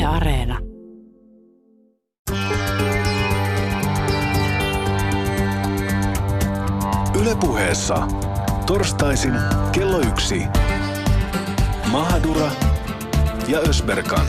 Yle Areena. Yle Puheessa torstaisin kello 1. Mahadura ja Ösberkan.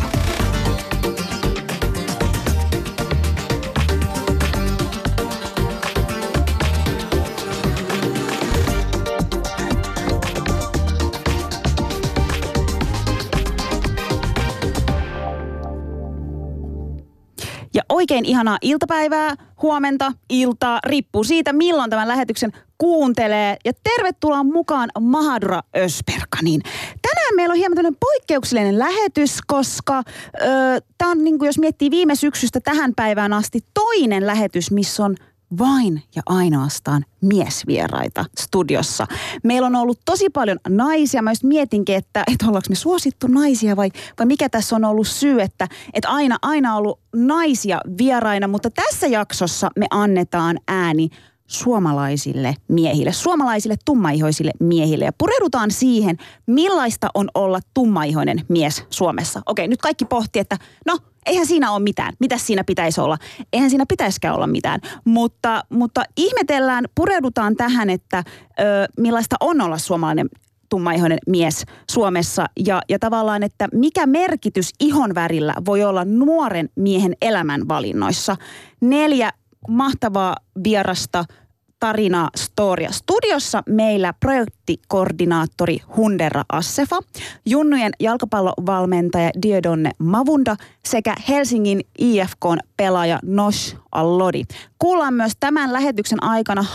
Ja oikein ihanaa iltapäivää, huomenta, iltaa, riippuu siitä milloin tämän lähetyksen kuuntelee. Ja tervetuloa mukaan Mahadura Ösberkaniin. Tänään meillä on hieman tämmöinen poikkeuksellinen lähetys, koska tämä on, niin kuin jos miettii viime syksystä tähän päivään asti, toinen lähetys, missä on vain ja ainoastaan miesvieraita studiossa. Meillä on ollut tosi paljon naisia. Mä just mietinkin, että ollaanko me suosittu naisia vai mikä tässä on ollut syy, että aina on ollut naisia vieraina. Mutta tässä jaksossa me annetaan ääni suomalaisille miehille, suomalaisille tummaihoisille miehille. Ja pureudutaan siihen, millaista on olla tummaihoinen mies Suomessa. Okei, nyt kaikki pohtii, että eihän siinä ole mitään. Mitäs siinä pitäisi olla? Eihän siinä pitäisikään olla mitään. Mutta ihmetellään, pureudutaan tähän, että millaista on olla suomalainen tummaihoinen mies Suomessa. Ja tavallaan, että mikä merkitys ihonvärillä voi olla nuoren miehen elämänvalinnoissa. 4 mahtavaa vierasta, tarinaa, storia. Studiossa meillä projektikoordinaattori Hundera Assefa, Junnujen jalkapallovalmentaja Dieudonné Mavunda sekä Helsingin IFK:n pelaaja Nosh Allodi. Kuullaan myös tämän lähetyksen aikana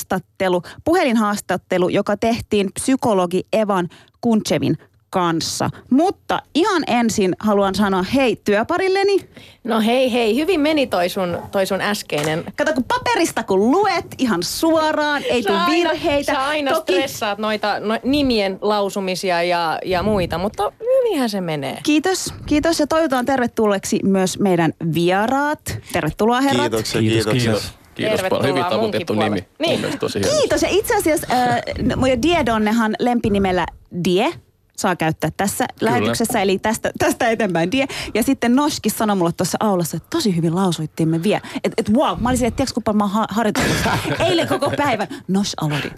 puhelinhaastattelu, joka tehtiin psykologi Evan Kuntsevin kanssa. Mutta ihan ensin haluan sanoa hei työparilleni. No hei, hyvin meni toi sun äskeinen. Kato, kun paperista kun luet ihan suoraan, ei tule virheitä. Sä aina stressaat noita nimien lausumisia ja muita, mutta hyvinhän se menee. Kiitos ja toivotaan tervetulleeksi myös meidän vieraat. Tervetuloa herrat. Kiitos paljon. Hyvin tavoitettu nimi. Niin. Kiitos ja itse asiassa Dieudonnéhan lempinimellä Die saa käyttää tässä lähetyksessä, eli tästä eteenpäin Die. Ja sitten Noshkin sanoi mulle tuossa aulassa, että tosi hyvin lausuittiin me vielä. Että wow, mä olin silleen, että tiedätkö kun paljon mä oon harjoitellut eilen koko päivän. Nosh Allodi.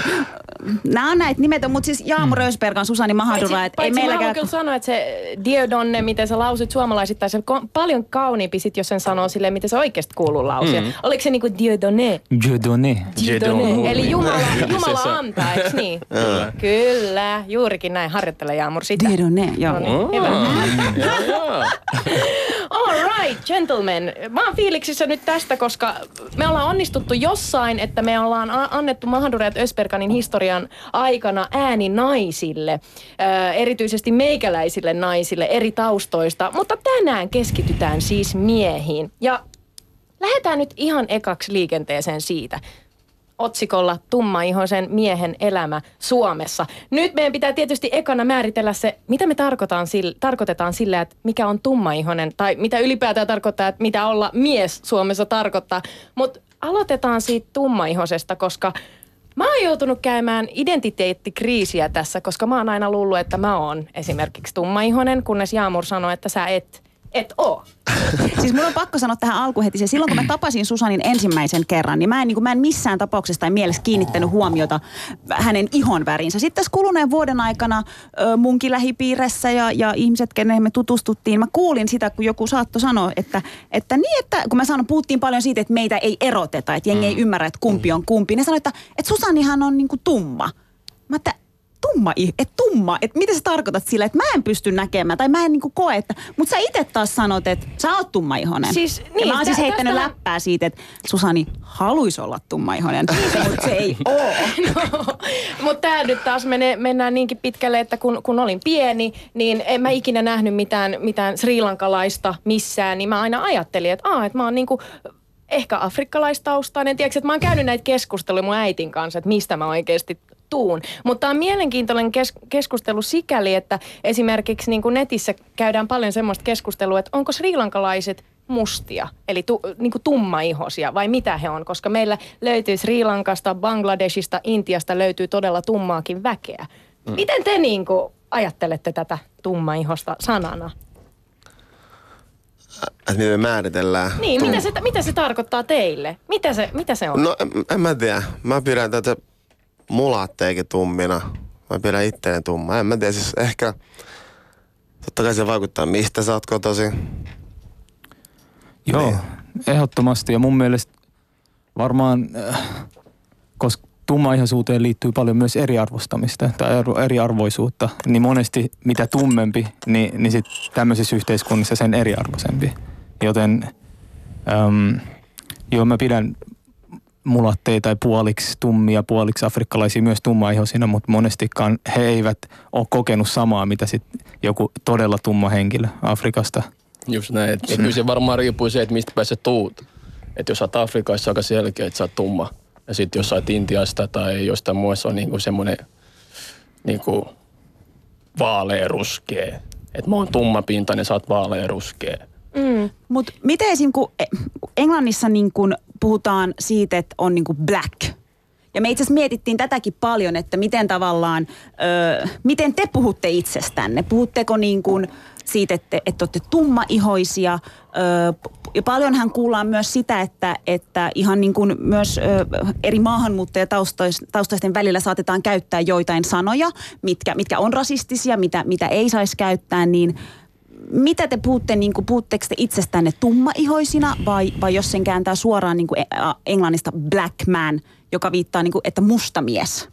Nämä on näitä nimetön, mutta siis Jaamur Ösberkan, Susani Mahadura, että ei meilläkään. Mä haluan kyllä sanoa, että se Dieudonné, miten sä lausuit suomalaisittain, se on paljon kauniimpi sit, jos sen sanoo silleen, miten se oikeasti kuuluu lausia. Oliko se niinku Dieudonné? Eli Jumala antaa, eikö niin? Kyllä, juurikin näin. Harjoittele Jaamur sitä. Dieudonné, joo. No niin, hyvä. All right, gentlemen. Mä oon fiiliksissä nyt tästä, koska me ollaan onnistuttu jossain, että me ollaan annettu Mahadura ja Ösberkanin historian aikana ääni naisille. Erityisesti meikäläisille naisille eri taustoista. Mutta tänään keskitytään siis miehiin. Ja lähdetään nyt ihan ekaksi liikenteeseen siitä. Otsikolla tummaihoisen miehen elämä Suomessa. Nyt meidän pitää tietysti ekana määritellä se, mitä me tarkoitetaan sillä, että mikä on tummaihoinen, tai mitä ylipäätään tarkoittaa, että mitä olla mies Suomessa tarkoittaa. Mutta aloitetaan siitä tummaihoisesta, koska mä oon joutunut käymään identiteettikriisiä tässä, koska mä oon aina luullut, että mä oon esimerkiksi tummaihoinen, kunnes Jaamur sanoi, että sä et oo. Siis mun on pakko sanoa tähän alkuun heti se. Silloin kun mä tapasin Susanin ensimmäisen kerran, niin mä en missään tapauksessa tai mielessä kiinnittänyt huomiota hänen ihonvärinsä. Sitten tässä kuluneen vuoden aikana munkin lähipiirissä ja ihmiset, kenen me tutustuttiin, mä kuulin sitä, kun joku saattoi sanoa, että kun puhuttiin paljon siitä, että meitä ei eroteta, että jengi ei ymmärrä, että kumpi on kumpi. Ne sanoi, että Susanihan on niinku tumma. Tumma, että mitä sä tarkoitat sillä, että mä en pysty näkemään tai mä en niinku koe, mutta sä itse taas sanot, että sä oot tummaihoinen. Siis, ja mä oon siis heittänyt läppää siitä, että Susani haluaisi olla tummaihoinen, mutta se ei oo. Mutta tää nyt taas mennään niinkin pitkälle, että kun olin pieni, niin en mä ikinä nähnyt mitään srilankalaista missään, niin mä aina ajattelin, että mä oon niinku ehkä afrikkalaistaustainen. Tiedätkö, että mä oon käynyt näitä keskusteluja mun äitin kanssa, että mistä mä oikeasti tuun. Mutta tämä on mielenkiintoinen keskustelu sikäli, että esimerkiksi niin kuin netissä käydään paljon semmoista keskustelua, että onko srilankalaiset mustia, eli niin kuin tummaihoisia, vai mitä he on, koska meillä löytyy Sri Lankasta, Bangladeshista, Intiasta löytyy todella tummaakin väkeä. Miten te niin kuin ajattelette tätä tummaihosta sanana? Että miten me määritellään. Niin, mitä se tarkoittaa teille? Mitä se on? No en mä tiedä. Mä pidän tätä mulatteikin tummina. Mä pidän itteeni tummaa. En mä tiedä, siis ehkä totta kai se vaikuttaa, mistä sä oot kotoisin. Joo, niin. Ehdottomasti. Ja mun mielestä varmaan, koska tummaihoisuuteen liittyy paljon myös eriarvostamista tai eriarvoisuutta, niin monesti mitä tummempi, niin sit tämmöisissä yhteiskunnissa sen eriarvoisempi. Joten joo, mä pidän mulatteja tai puoliksi tummia, puoliksi afrikkalaisia myös tummaihoisina, mutta monestikaan he eivät ole kokenut samaa, mitä sitten joku todella tumma henkilö Afrikasta. Just näin. Ja kyllä se varmaan riippuu se, että mistä pääsee tuut. Että jos sä oot Afrikassa aika selkeä, että sä oot tumma. Ja sitten jos sä oot Intiasta tai jostain muussa on niinku semmoinen niinku vaalearuskea. Että mä oon tummapintainen, sä oot vaalearuskea. Mutta miten esim. Kun Englannissa niin kun puhutaan siitä, että on niin kun black. Ja me itse asiassa mietittiin tätäkin paljon, että miten tavallaan, miten te puhutte itsestänne. Puhutteko niin kun siitä, että olette tummaihoisia. Ja paljonhan kuullaan myös sitä, että ihan niin kuin myös eri maahanmuuttajataustaisten välillä saatetaan käyttää joitain sanoja, mitkä on rasistisia, mitä ei saisi käyttää, niin mitä te puhutte, niin kuin, puhutteko te itsestänne tummaihoisina vai jos sen kääntää suoraan niin kuin englannista black man, joka viittaa niin kuin, että musta mies?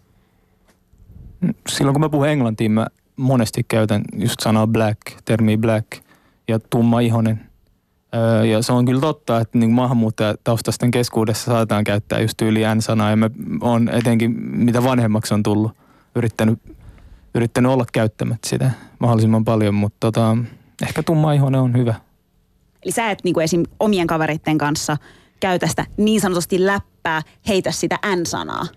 Silloin kun mä puhun englantiin, mä monesti käytän just sanaa black, termiä black ja tummaihoinen. Ja se on kyllä totta, että niin maahanmuuttajataustaisten keskuudessa saatetaan käyttää just yli N-sanaa. Ja mä oon etenkin, mitä vanhemmaksi on tullut, yrittänyt olla käyttämättä sitä mahdollisimman paljon. Mutta ehkä tummaihoinen on hyvä. Eli sä et niin kuin esim. Omien kavereiden kanssa käytä sitä niin sanotusti läppää, heitä sitä N-sanaa?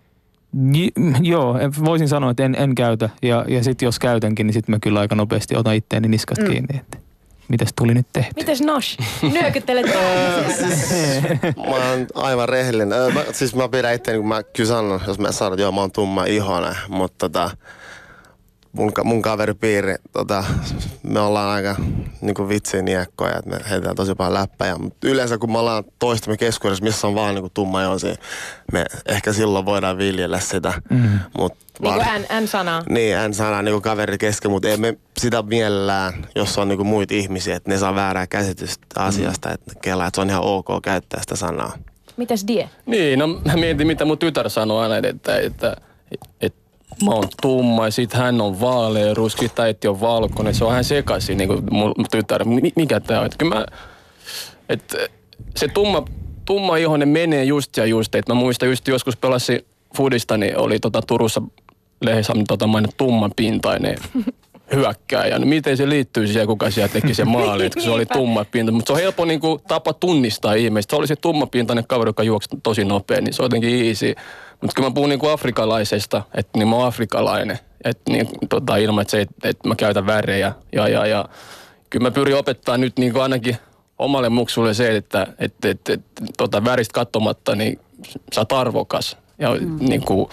Joo, voisin sanoa, että en käytä. Ja sitten jos käytänkin, niin sitten mä kyllä aika nopeasti otan itteeni niskat kiinni, että mitäs tuli nyt tehty? Mites Nosh? Nyökyttelet Mä oon aivan rehellinen. Mä pidän itseäni, kun mä kyllä sanon, jos mä sanon, että joo, mä oon tumma ihonen, mutta mun kaveripiiri, me ollaan aika niinku vitsiniekkoja, että me heitetään tosi paljon läppäjä. Mutta yleensä kun me ollaan toistamme keskuudessa, missä on vaan niinku tummaihoisia, me ehkä silloin voidaan viljellä sitä. Niin kuin N-sanaa. Niin, N-sanaa niin kuin kaverit kesken, mutta ei me sitä mielellään, jos on niin kuin muita ihmisiä, että ne saa väärää käsitystä asiasta, että kelaa, että se on ihan ok käyttää sitä sanaa. Mitäs Die? Niin, no mä mietin, mitä mun tytär sanoo aina, että mä oon tumma ja sit hän on vaalea, ruski, äiti on valkoinen. Se on ihan sekaisin, niin kuin mun tytär. Mikä tää on? Että kyllä se tumma ihonen menee just. Että mä muistan just joskus pelasin Fudista, niin oli Turussa lehdessä mainit tummapintainen hyökkääjä. No miten se liittyy siihen, kuka siellä teki se maali, että se oli tummapintainen. Mutta se on helppo niinku tapa tunnistaa ihmistä. Se oli se tummapintainen kaveri, joka juoksi tosi nopea, niin se on jotenkin easy. Mutta kyllä mä puhun niinku afrikalaisesta, että niin mä oon afrikalainen. Että niin, ilman, että mä käytän värejä. Ja kyllä mä pyrin opettaa nyt niinku ainakin omalle muksulle se, että väristä katsomatta, niin sä oot arvokas. Ja niinku,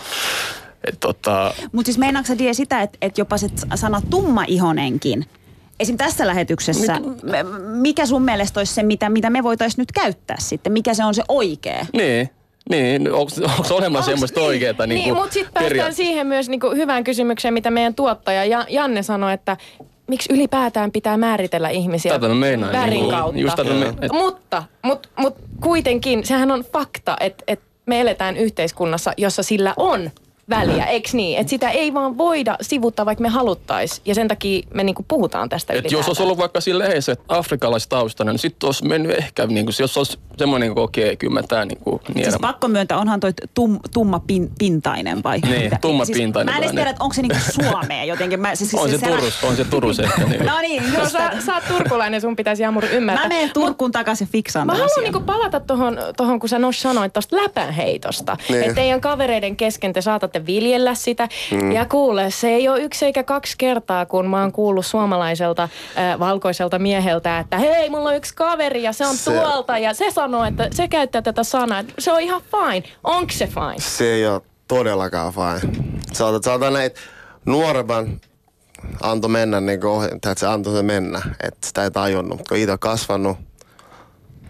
Mutta siis meinaatko sä Die sitä, että jopa se sana tummahihonenkin, esim. Tässä lähetyksessä, mikä sun mielestä olisi se, mitä me voitaisiin nyt käyttää sitten? Mikä se on se oikea? Niin, onko olemassa semmoista oikeaa niin, mutta sitten päästään siihen myös niinku hyvään kysymykseen, mitä meidän tuottaja Janne sanoi, että miksi ylipäätään pitää määritellä ihmisiä värin kautta. Just mutta kuitenkin, sehän on fakta, että me eletään yhteiskunnassa, jossa sillä on väliä, eikö niin? Että sitä ei vaan voida sivuttaa, vaikka me haluttaisiin. Ja sen takia me niinku puhutaan tästä ylipäätään. Jos olisi ollut vaikka sillä lehdessä, että afrikkalaistaustainen, niin sitten olisi mennyt ehkä, niinku, jos olisi semmoinen, niin okei, kyllä mä tää niinku niedän. Siis pakko myöntää, onhan toi tummapintainen vai? Niin, tummapintainen. Mä en edes tiedä, että onko se niinku Suomea jotenkin. On se Turus ehkä. Niin. No niin, jos sä oot turkulainen, sun pitäisi Jamur ymmärtää. Mä menen Turkuun takaisin fiksaan. Mä haluan niinku palata tohon, kun sä sanoit tosta läpänheitosta. Niin. Että teidän kavereiden kesken te saatatte viljellä sitä. Ja kuule, se ei ole 1 eikä 2 kertaa, kun mä oon kuullut suomalaiselta valkoiselta mieheltä, että hei, mulla on yksi kaveri ja se on tuolta. Ja se sanoo, että se käyttää tätä sanaa. Se on ihan fine. Onko se fine? Se ei ole todellakaan fine. Saatat näitä nuoremman antoi mennä niin kuin että se antoi se mennä. Että sitä ei tajunnut. Kun itse on kasvanut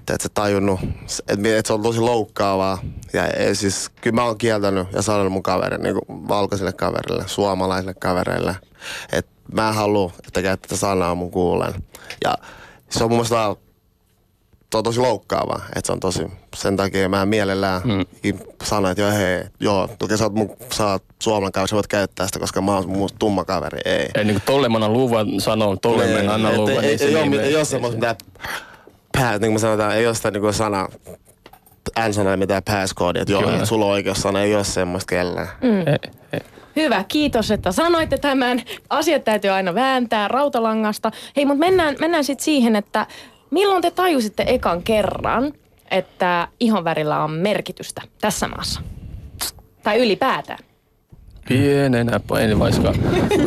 se tajunnut, että se on tosi loukkaavaa. Ja siis kyllä mä oon kieltänyt ja sanonut mun kaverille, niin kuin valkoisille kaverille, suomalaisille kavereille, että mä en halua, että käyttää tätä sanaa mun kuulen. Ja se on mun mielestä tosi loukkaavaa, että se on tosi, sen takia mä mielellään sanon, että toki sä oot suomalainen kaveri, sä voit käyttää sitä, koska mä oon mun tumma kaveri, ei. Ei niinku tolle mä annan luvan sanoa, tolle mä en anna luvan. Ei ole semmoista mitään, niin kuin me sanotaan, ei ole sitä niinku sana, N-sana mitään passkoodia, että joo, sulla on oikeus sana, ei ole semmoista kellään. Hyvä, kiitos, että sanoitte tämän. Asiat täytyy aina vääntää rautalangasta. Hei, mutta mennään sitten siihen, että milloin te tajusitte ekan kerran, että ihonvärillä on merkitystä tässä maassa? Tai ylipäätään? Pienenä, en vaiskaan.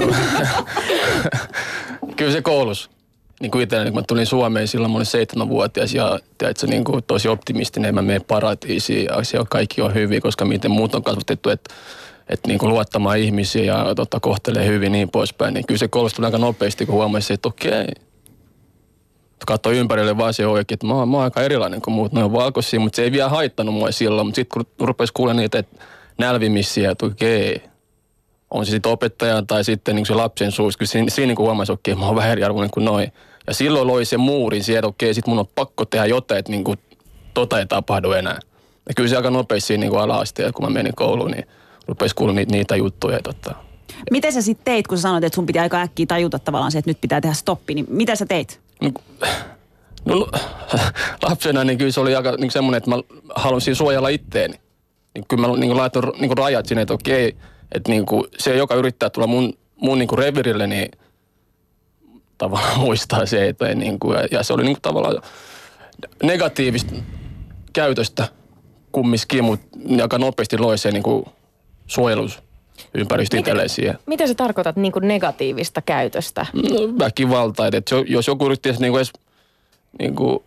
Kyllä se koulussa. Niin kuin itselläni, kun mä tulin Suomeen, silloin mä olin 7-vuotias ja tiedätkö, niin kuin tosi optimistinen, mä menen paratiisiin ja siellä kaikki on hyvin, koska miten muut on kasvatettu, että niin kuin luottamaan ihmisiä ja kohtelee hyvin niin poispäin. Niin kyllä se koulussa tuli aika nopeasti, kun huomasin, että okei. Katsoi ympärille vaan se oikein, että mä oon aika erilainen kuin muut, ne on valkoisia, mutta se ei vielä haittanut mua silloin. Mutta sitten kun rupesi kuulemaan niitä nälvimisiä, että okei, on se sitten opettaja tai sitten niin se lapsen suus, kyllä siinä niin huomasi, että okei, mä oon vähän eriarvoinen kuin noin. Ja silloin loi se muurin siihen, että okei, sit mun on pakko tehdä jotain, että niin kuin ei tapahdu enää. Ja kyllä se aika nopeasti siinä niin ala-asteella, kun mä menin kouluun, niin rupesi kuulla niitä juttuja. Miten sä sitten teit, kun sä sanoit, että sun piti aika äkkiä tajuta tavallaan se, että nyt pitää tehdä stoppi, niin mitä sä teit? No, lapsena niin kyllä se oli aika niin semmoinen, että mä halusin suojella itteeni. Niin kyllä mä niin laitoin niin rajat sinne, että okei, että niin se, joka yrittää tulla mun niin revirille, niin tavallaan muistaa se, että niin kuin, ja se oli niin tavallaan negatiivista käytöstä kumminkin, mutta aika nopeasti loi se niin suojelusympäristö itselleen siihen. Miten sä tarkoitat niin kuin negatiivista käytöstä? No, väkivaltaa, että jos joku yritti niin kuin edes niin kuin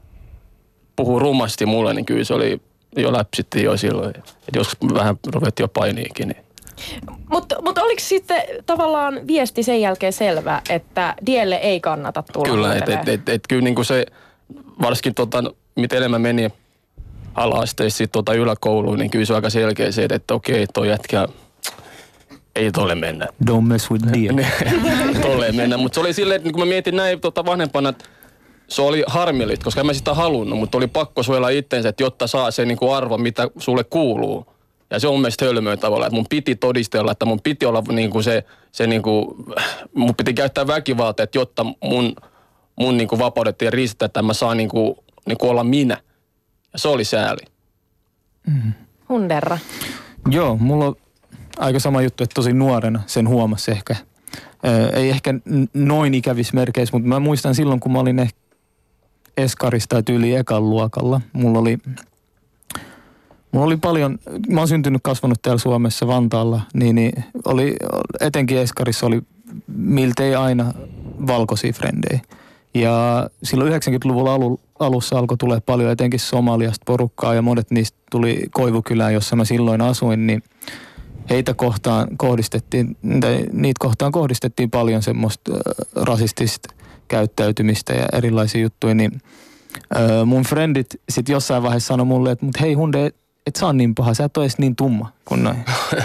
puhuu rumasti mulle, niin kyllä se oli jo läpsittiin jo silloin. Että jos vähän ruvettiin jo painiikin, niin. Mutta oliko sitten tavallaan viesti sen jälkeen selvä, että Dielle ei kannata tulla? Kyllä, että kyllä niin kuin se, varsinkin miten enemmän meni ala-asteessa yläkouluun, niin kyllä se on aika selkeä se, että okei, toi jätkä ei tolle mennä. Don't mess with Dielle. Tolle mennä, mutta se oli silleen, että kun mä mietin näin vanhempana, että se oli harmillista, koska en mä sitä halunnut, mutta oli pakko suojella itsensä, että jotta saa se niin kuin arvo, mitä sulle kuuluu. Ja se on mielestä hölmöä tavallaan, että mun piti todistella, että mun piti olla niin kuin se niin kuin, mun piti käyttää väkivaltaa, että jotta mun niin kuin vapaudet ja riistettä, että mä saan niin kuin olla minä. Ja se oli sääli. Hunderra. Joo, mulla on aika sama juttu, että tosi nuorena sen huomasi ehkä. Ei ehkä noin ikävissä merkeissä, mutta mä muistan silloin, kun mä olin ehkä eskarista tai tyyli ekan luokalla. Mulla oli paljon, mä oon syntynyt kasvanut täällä Suomessa Vantaalla, niin oli, etenkin eskarissa oli miltei aina valkoisia frendejä. Ja silloin 90-luvun alussa alkoi tulee paljon etenkin Somaliasta porukkaa ja monet niistä tuli Koivukylään, jossa mä silloin asuin, niin niitä kohtaan kohdistettiin paljon semmoista rasistista käyttäytymistä ja erilaisia juttuja, niin mun frendit sit jossain vaiheessa sanoi mulle, että mut hei Hunde, et sä on niin paha, sä et ole edes niin tumma kuin noin.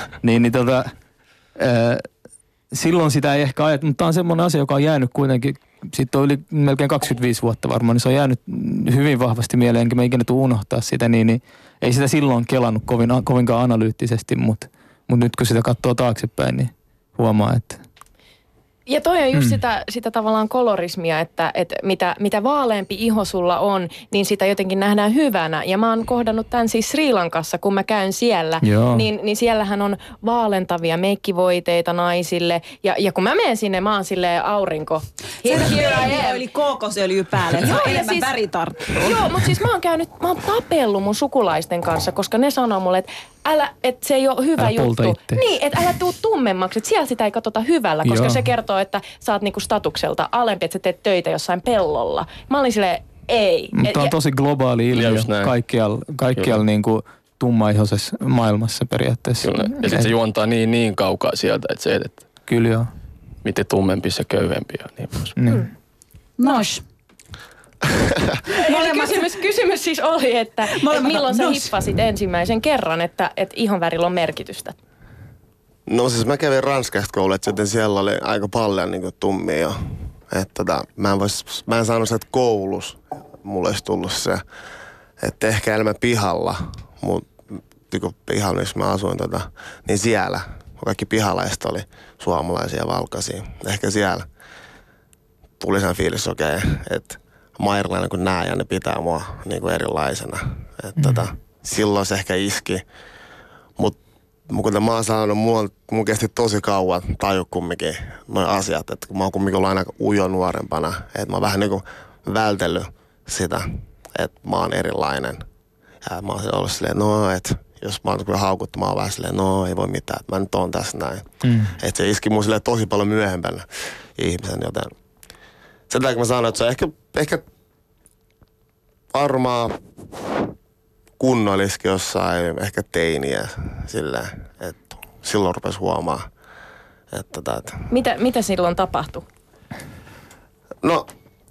Silloin sitä ei ehkä ajatella, mutta tämä on semmoinen asia, joka on jäänyt kuitenkin, sitten on yli melkein 25 vuotta varmaan, niin se on jäänyt hyvin vahvasti mieleen, enkä mä ikinä tule unohtaa sitä, niin ei sitä silloin kelannut kovinkaan analyyttisesti, mutta nyt kun sitä katsoo taaksepäin, niin huomaa, että. Ja toi on just sitä tavallaan kolorismia, että mitä vaaleampi iho sulla on, niin sitä jotenkin nähdään hyvänä. Ja mä oon kohdannut tämän siis Sri Lankassa, kun mä käyn siellä, niin siellähän on vaalentavia meikkivoiteita naisille. Ja kun mä menen sinne, mä oon silleen aurinko. Oli kookosöljy päälle, että on enemmän siis, väritarttua. Joo, mutta siis mä oon tapellut mun sukulaisten kanssa, koska ne sanoo mulle, että se ei ole hyvä juttu. Niin, että älä tuu tummemmaksi, että siellä sitä ei katsota hyvällä, koska se kertoo, että sä oot niinku statukselta alempi, että sä teet töitä jossain pellolla. Mä olin silleen, ei. Mutta on tosi globaali ilmiö kaikkialla niinku tummaihoisessa maailmassa periaatteessa. Kyllä. Ja sitten se juontaa niin kaukaa sieltä, että se, että kyllä joo. Miten tummempi se köyhempi ja niin pois. Nosh. Kysymys siis oli, että milloin sä hippasit ensimmäisen kerran, että ihonvärillä on merkitystä? No siis mä kävin Ranskasta koulussa, joten siellä oli aika paljon niin kuin tummia jo. Mä en saanut että koulussa mulle olisi tullut se, että ehkä enemmän pihalla, mutta pihalla, missä mä asuin, niin siellä, kaikki pihalaiset oli suomalaisia valkaisia. Ehkä siellä tuli sen fiilis, että mä oon erilainen kuin nää ja ne pitää mua niin kuin erilaisena. Silloin se ehkä iski, mutta kuten mä oon sanonut, mun kesti tosi kauan tajua kumminkin noi asiat, että mä oon kumminkin ollut aina ujo nuorempana, että mä oon vähän niin kuin vältellyt sitä, että mä oon erilainen. Ja mä oon ollut silleen, että jos mä oon kyllä haukuttu, mä oon vähän silleen, ei voi mitään, että mä nyt oon tässä näin. Että se iski mun silleen tosi paljon myöhempänä ihmisen, joten sen takia mä sanon, että se on ehkä varmaan kunnolliskin jossain ehkä teiniä silleen, että silloin rupesi huomaa, että Mitä silloin tapahtui? No,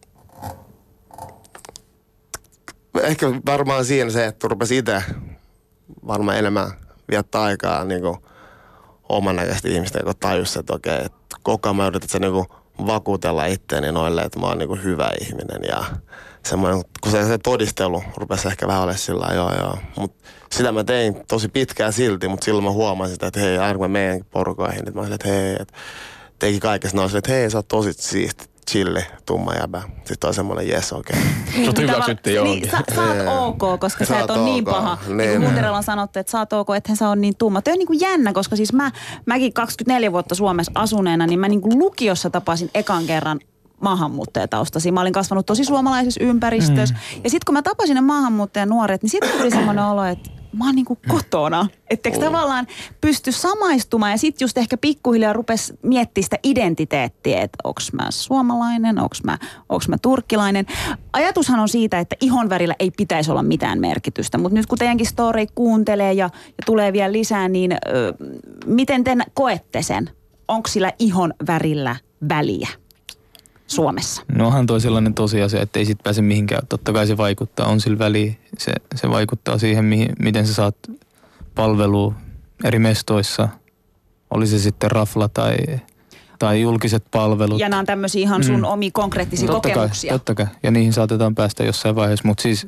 ehkä varmaan siinä se, että rupesi itse varmaan enemmän viettää aikaa niin kuin oman näköistä ihmistä, joka tajusi, että että koko ajan mä yritän niin kuin vakuutella itteeni noille, että mä oon niin kuin hyvä ihminen ja semmoinen, kun se todistelu rupesi ehkä vähän olemaan sillä joo. Mutta sitä mä tein tosi pitkään silti, mutta silloin mä huomasin sitä, että hei, aina kun mä meidän porukoihin, että mä olin, että hei, että teki kaikessa noin, että hei, sä oot tosi siisti, chilli, tumma jäbä. Sitten on semmoinen jes, okei. Sut hyväksyttiin johonkin. Niin, sä oot ok, koska sä et ole niin paha. Niin Hunterella on sanottu, että sä oot ok, ethän sä on niin tumma. Toi on niin kuin jännä, koska siis mäkin 24 vuotta Suomessa asuneena, niin mä niin kuin lukiossa tapasin ekan kerran maahanmuuttajataustaisia. Mä olin kasvanut tosi suomalaisessa ympäristössä. Ja sitten kun mä tapasin ne maahanmuuttajanuoret, niin sitten tuli semmoinen olo, että mä oon niinku kotona. Että tavallaan pysty samaistumaan ja sitten just ehkä pikkuhiljaa rupesi miettimään sitä identiteettiä, että onks mä suomalainen, onks mä turkkilainen. Ajatushan on siitä, että ihonvärillä ei pitäisi olla mitään merkitystä, mutta nyt kun teidänkin story kuuntelee ja tulee vielä lisää, niin miten te koette sen? Onko sillä ihonvärillä väliä Suomessa? No onhan toi sellainen tosiasia, että ei sit pääse mihinkään. Totta kai se vaikuttaa, on sillä väliä. Se vaikuttaa siihen, miten sä saat palvelua eri mestoissa. Oli se sitten rafla tai julkiset palvelut. Ja nämä on tämmöisiä ihan sun omia konkreettisia kokemuksia. Totta kai. Ja niihin saatetaan päästä jossain vaiheessa. Mutta siis,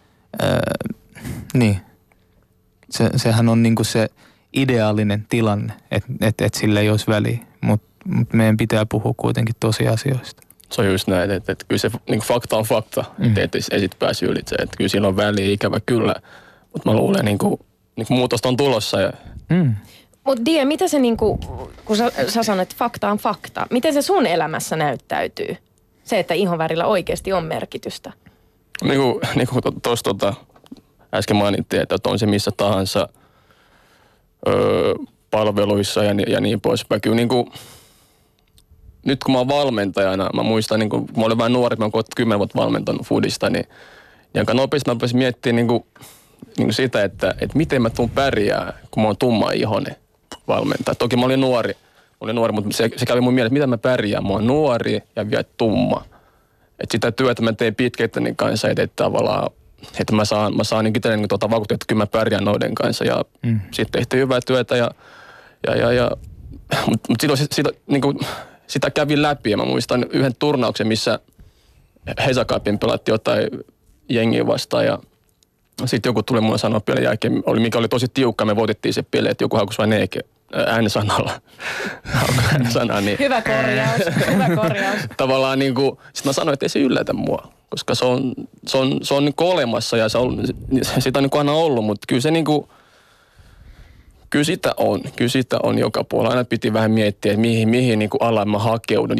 niin. Sehän on niinku se ideaalinen tilanne, että sillä ei olisi väliä. Mutta meidän pitää puhua kuitenkin tosiasioista. Se on just näin, että kyllä se niin fakta on fakta, että ei sit pääse ylitse. Että kyllä siinä on väliä, ikävä kyllä, mutta mä luulen, niin kuin muutosta on tulossa. Mutta Die, mitä se kun sä sanoit, että fakta on fakta, miten se sun elämässä näyttäytyy? Se, että ihonvärillä oikeasti on merkitystä. Niin kuin tuossa äsken mainittiin, että on se missä tahansa palveluissa ja niin poispäin. Kyllä niin kuin nyt kun mä oon valmentajana, mä muistan, niin kun mä olin vähän nuori, mä oon 10 vuotta valmentanut foodista, niin aika nopeasti mä rupesin miettimään niin kuin sitä, että miten mä tuun pärjää, kun mä oon tumma ihonen valmentaja. Toki mä olin nuori, mutta se kävi mun mieleen, että miten mä pärjään. Mä oon nuori ja vielä tumma. Että sitä työtä mä tein pitkäittäni kanssa, että tavallaan, että mä saan niin itselleni vakuuttaa, että kyllä mä pärjään noiden kanssa. Ja sitten tehtiin hyvää työtä mutta sitä kävin läpi ja mä muistan yhden turnauksen, missä Hesakapin pelattiin jotain jengiä vastaan ja sitten joku tuli mulle sanoa pelin jälkeen, mikä oli tosi tiukka, me voitettiin se peli, että joku haukus vain äänesanalla. Niin. Hyvä korjaus. Tavallaan niinku, sit mä sanoin, että ei se yllätä mua, koska se on niinku olemassa ja sitä on niinku aina ollut, mutta kyllä se niinku, Kyllä sitä on joka puolella. Aina piti vähän miettiä, että mihin niin kuin alaan mä hakeudun,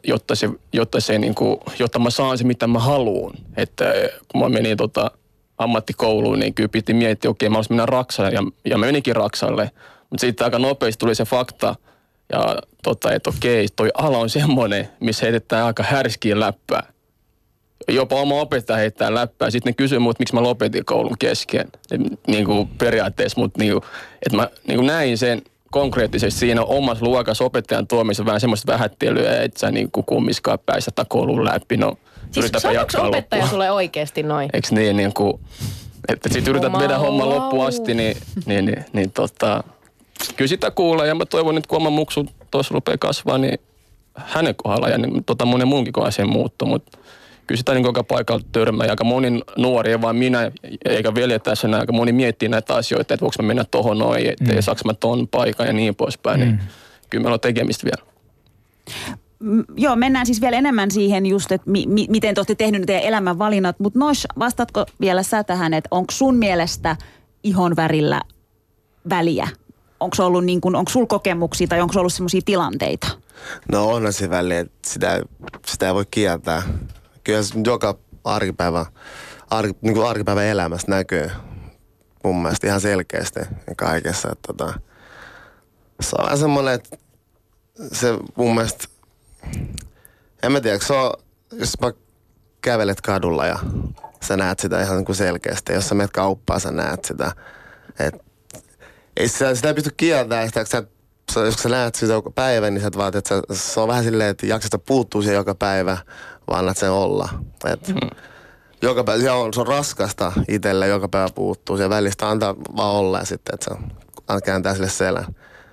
jotta mä saan se, mitä mä haluan. Että kun mä menin ammattikouluun, niin kyllä piti miettiä, okei, mä olisin mennä Raksalle, ja mä menikin Raksalle. Mutta sitten aika nopeasti tuli se fakta, että okei, toi ala on semmoinen, missä heitetään aika härskiä läppää. Jopa oma opettaja heittää läppää. Sitten ne kysyy mut, miksi mä lopetin koulun kesken. Niin kuin periaatteessa, mutta niin kuin, että mä niin kuin näin sen konkreettisesti siinä omassa luokassa opettajan tuomissa vähän semmoista vähättelyä, että sä niin kuin kummiskaan päästä koulun läpi. No, Siis sanoiko opettaja sulle oikeasti noin? Eiks niin kuin, että sit yrität vedä homman loppuun asti, niin kyllä sitä kuulee. Ja mä toivon, että kun oma muksu tuossa rupeaa kasvaa, niin hänen kohdalla ja niin, monen muunkin kohdalla siihen muuttuu. Mutta kyllä sitä niin joka paikalla törmää. Ja aika moni nuori, ei vaan minä, eikä veljet tässä enää, aika moni miettii näitä asioita, että voiko mä mennä tohon noin, että saaks mä ton paikan ja niin poispäin. Niin kyllä meillä on tekemistä vielä. Joo, mennään siis vielä enemmän siihen just, että miten te olette tehnyt teidän elämänvalinnat. Mutta Nosh, vastaatko vielä sä tähän, että onko sun mielestä ihon värillä väliä? Onko ollut niin kuin, onko sulla kokemuksia tai onko ollut semmoisia tilanteita? No onhan se väliä, että sitä ei voi kieltää. Kyllä se joka arkipäivän elämässä näkyy mun mielestä ihan selkeästi kaikessa. Että se on vähän semmoinen, että se mun mielestä, en mä tiedä, se on, jos mä kävelet kadulla ja sä näet sitä ihan niin kuin selkeästi. Jos sä menet kauppaan, sä näet sitä. Ei sitä ei pysty kieltämään. Jos sä näet sitä joka päivä, niin sä et vaat, että se on vähän silleen, että jaksasta puuttuu siihen joka päivä, vaan annat sen olla. Joka päivä, se on raskasta itselle, joka päivä puuttuu. Se välistä antaa vaan olla ja sitten, että se kääntää sille selän.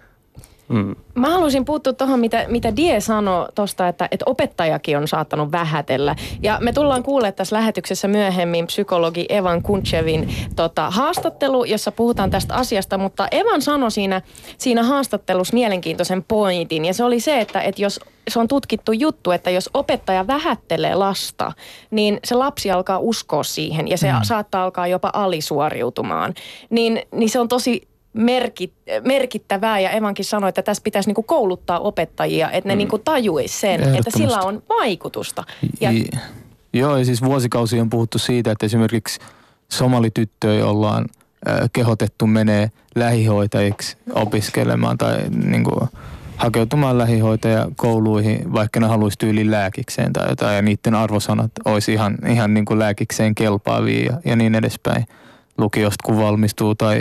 Mä haluaisin puuttua tuohon, mitä Die sanoi tuosta, että opettajakin on saattanut vähätellä. Ja me tullaan kuulemaan tässä lähetyksessä myöhemmin psykologi Evan Kunchevin haastattelu, jossa puhutaan tästä asiasta, mutta Evan sanoi siinä haastattelussa mielenkiintoisen pointin, ja se oli se, että jos se on tutkittu juttu, että jos opettaja vähättelee lasta, niin se lapsi alkaa uskoa siihen, ja se saattaa alkaa jopa alisuoriutumaan. Niin se on tosi merkittävää, ja Evankin sanoi, että tässä pitäisi niinku kouluttaa opettajia, että ne niinku tajuisi sen, että sillä on vaikutusta. Joo, ja siis vuosikausia on puhuttu siitä, että esimerkiksi somalityttöjä ollaan kehotettu menee lähihoitajiksi opiskelemaan tai niinku hakeutumaan lähihoitajakouluihin, vaikka ne haluaisi tyyliin lääkikseen tai jotain, ja niiden arvosanat olisi ihan niin kuin lääkikseen kelpaavia ja niin edespäin lukiosta, kun valmistuu tai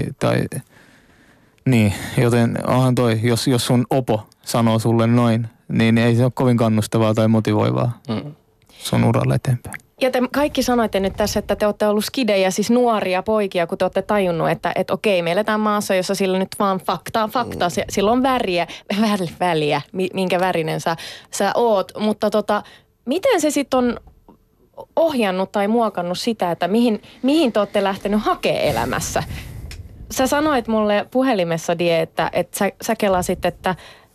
niin, joten onhan toi, jos sun opo sanoo sulle noin, niin ei se ole kovin kannustavaa tai motivoivaa sun uralle eteenpäin. Ja te kaikki sanoitte nyt tässä, että te olette ollut skidejä, siis nuoria poikia, kun te olette tajunnut, että okei, me eletään maassa, jossa sillä nyt vaan faktaa, sillä on väliä, minkä värinen sä oot. Mutta miten se sitten on ohjannut tai muokannut sitä, että mihin te olette lähtenyt hakemaan elämässä? Sä sanoit mulle puhelimessa, Die, että sä kelasit, että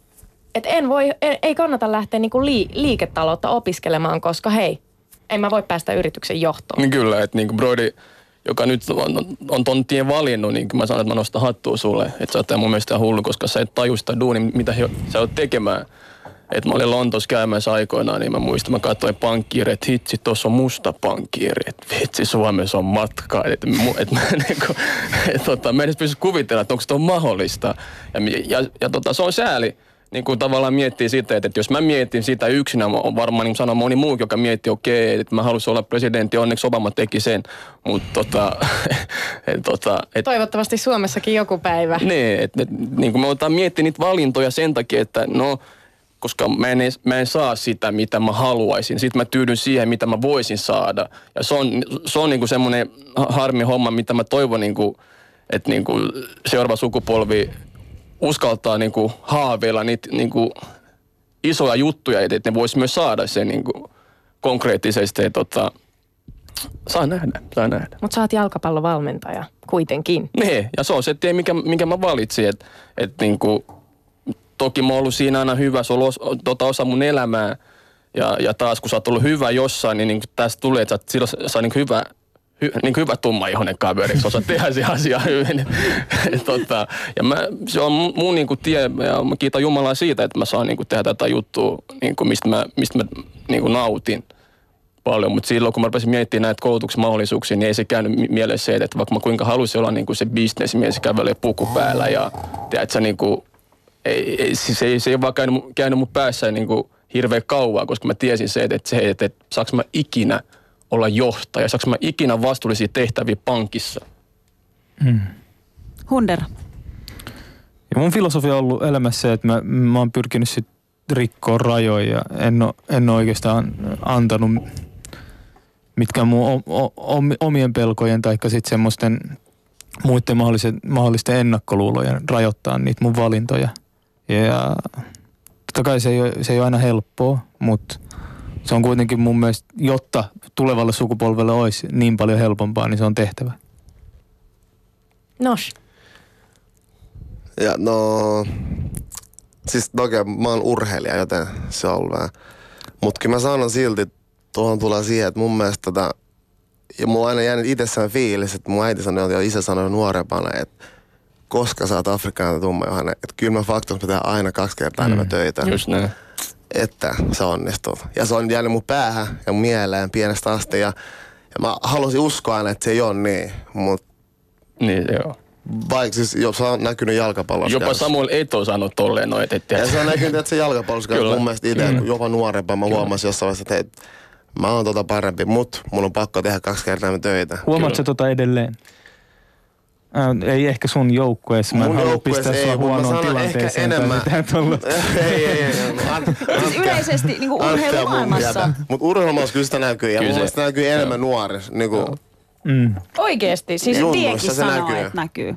ei kannata lähteä niinku liiketaloutta opiskelemaan, koska hei, en mä voi päästä yrityksen johtoon. Niin kyllä, että niinku Brody, joka nyt on ton tien valinnut, niin mä sanon, että mä nostan hattua sulle. Että sä oot mun mielestä hullu, koska sä et taju sitä duunia, mitä sä oot tekemään. Että mä olin Lontoossa käymässä aikoinaan, niin mä muistan, mä katsoin pankkiiri, että hitsi, tuossa on musta pankkiiri, että vitsi, Suomessa on matkaa. Mä en edes pysty kuvitella, että onko se mahdollista. Ja se on sääli, niin kuin tavallaan miettii sitä, että jos mä mietin sitä yksinä, on varmaan niin sanoo moni muu, joka miettii, okei, että mä haluaisin olla presidentti, onneksi Obama teki sen, mutta toivottavasti Suomessakin joku päivä. Niin, että niin kuin me otan miettiä niitä valintoja sen takia, että koska mä en saa sitä, mitä mä haluaisin. Sitten mä tyydyn siihen, mitä mä voisin saada. Ja se on niinku semmoinen harmi homma, mitä mä toivon, niinku, että niinku seuraava sukupolvi uskaltaa niinku haaveilla niitä niinku isoja juttuja, että ne vois myös saada sen niinku konkreettisesti. Saa nähdä. Mutta sä oot jalkapallovalmentaja kuitenkin. Niin, ja se on se tie, minkä mä valitsin, että niinku toki mä oon ollut siinä aina hyvä, se on ollut osa mun elämää. Ja taas kun sä oot ollut hyvä jossain, niin tästä tulee, että sä oot hyvä tummaihoinen kaveri, sä osaat tehdä se asia hyvin. Se on mun niinku tie, ja mä kiitän Jumalaa siitä, että mä saan niinku tehdä tätä juttua, niinku, mistä mä niinku nautin paljon. Mutta silloin, kun mä rupesin miettimään näitä koulutuksen mahdollisuuksia, niin ei se käynyt mielessä se, että vaikka mä kuinka halusin olla niinku se bisnesmies, kävelee puku päällä ja tiedätkö, niinku, se ei vaan käynyt mun päässä niinku hirveän kauan, koska mä tiesin se, että saanko mä ikinä olla johtaja, saanko mä ikinä vastuullisia tehtäviä pankissa. Hunder. Ja mun filosofia on ollut elämässä, että mä oon pyrkinyt sit rikkoa rajoja ja en ole oikeastaan antanut mitkä mun omien pelkojen tai sitten semmoisten muiden mahdollisten ennakkoluulojen rajoittaa niitä mun valintoja. Ja totta kai se ei ole aina helppoa, mutta se on kuitenkin mun mielestä, jotta tulevalle sukupolvelle olisi niin paljon helpompaa, niin se on tehtävä. Nosh. Ja siis toki mä oon urheilija, joten se on vähän. Mutta kyllä mä sanon silti, tuohon tulee siihen, että mun mielestä ja mulla on aina jäänyt itsessään fiilis, että mun äiti sanoi ja isä sanoi nuorempana, että koska sä oot afrikkalainen tumma Johanna, että kyllä mä faktoissa pitää aina 2 kertaa enemmän töitä. Just näin. Että se onnistuu. Ja se on jäänyt mun päähän ja mun mieleen pienestä asti ja mä haluaisin uskoa aina, että se ei ole niin, mutta niin joo. Vaikka siis se on näkynyt jalkapallossa. Jopa Samuel Eto'o sanoi tolleen noin, että ja se on näkynyt, että se jalkapallossa mun mielestä itse jopa nuorempaa. Mä huomasin jossain vaiheessa, että hei, mä oon parempi, mutta mun on pakko tehdä 2 kertaa enemmän töitä. Huomaatko sä edelleen? Ei ehkä sun joukkueessa. Mä en halua pistää sua huonoon tilanteeseen. Ei. Siis yleisesti niin urheilumaailmassa. Mutta urheilumaailmassa kyllä sitä näkyy. Ja mun mielestä näkyy enemmän nuorissa. Oikeesti? Siis Diekin sanoo, että näkyy.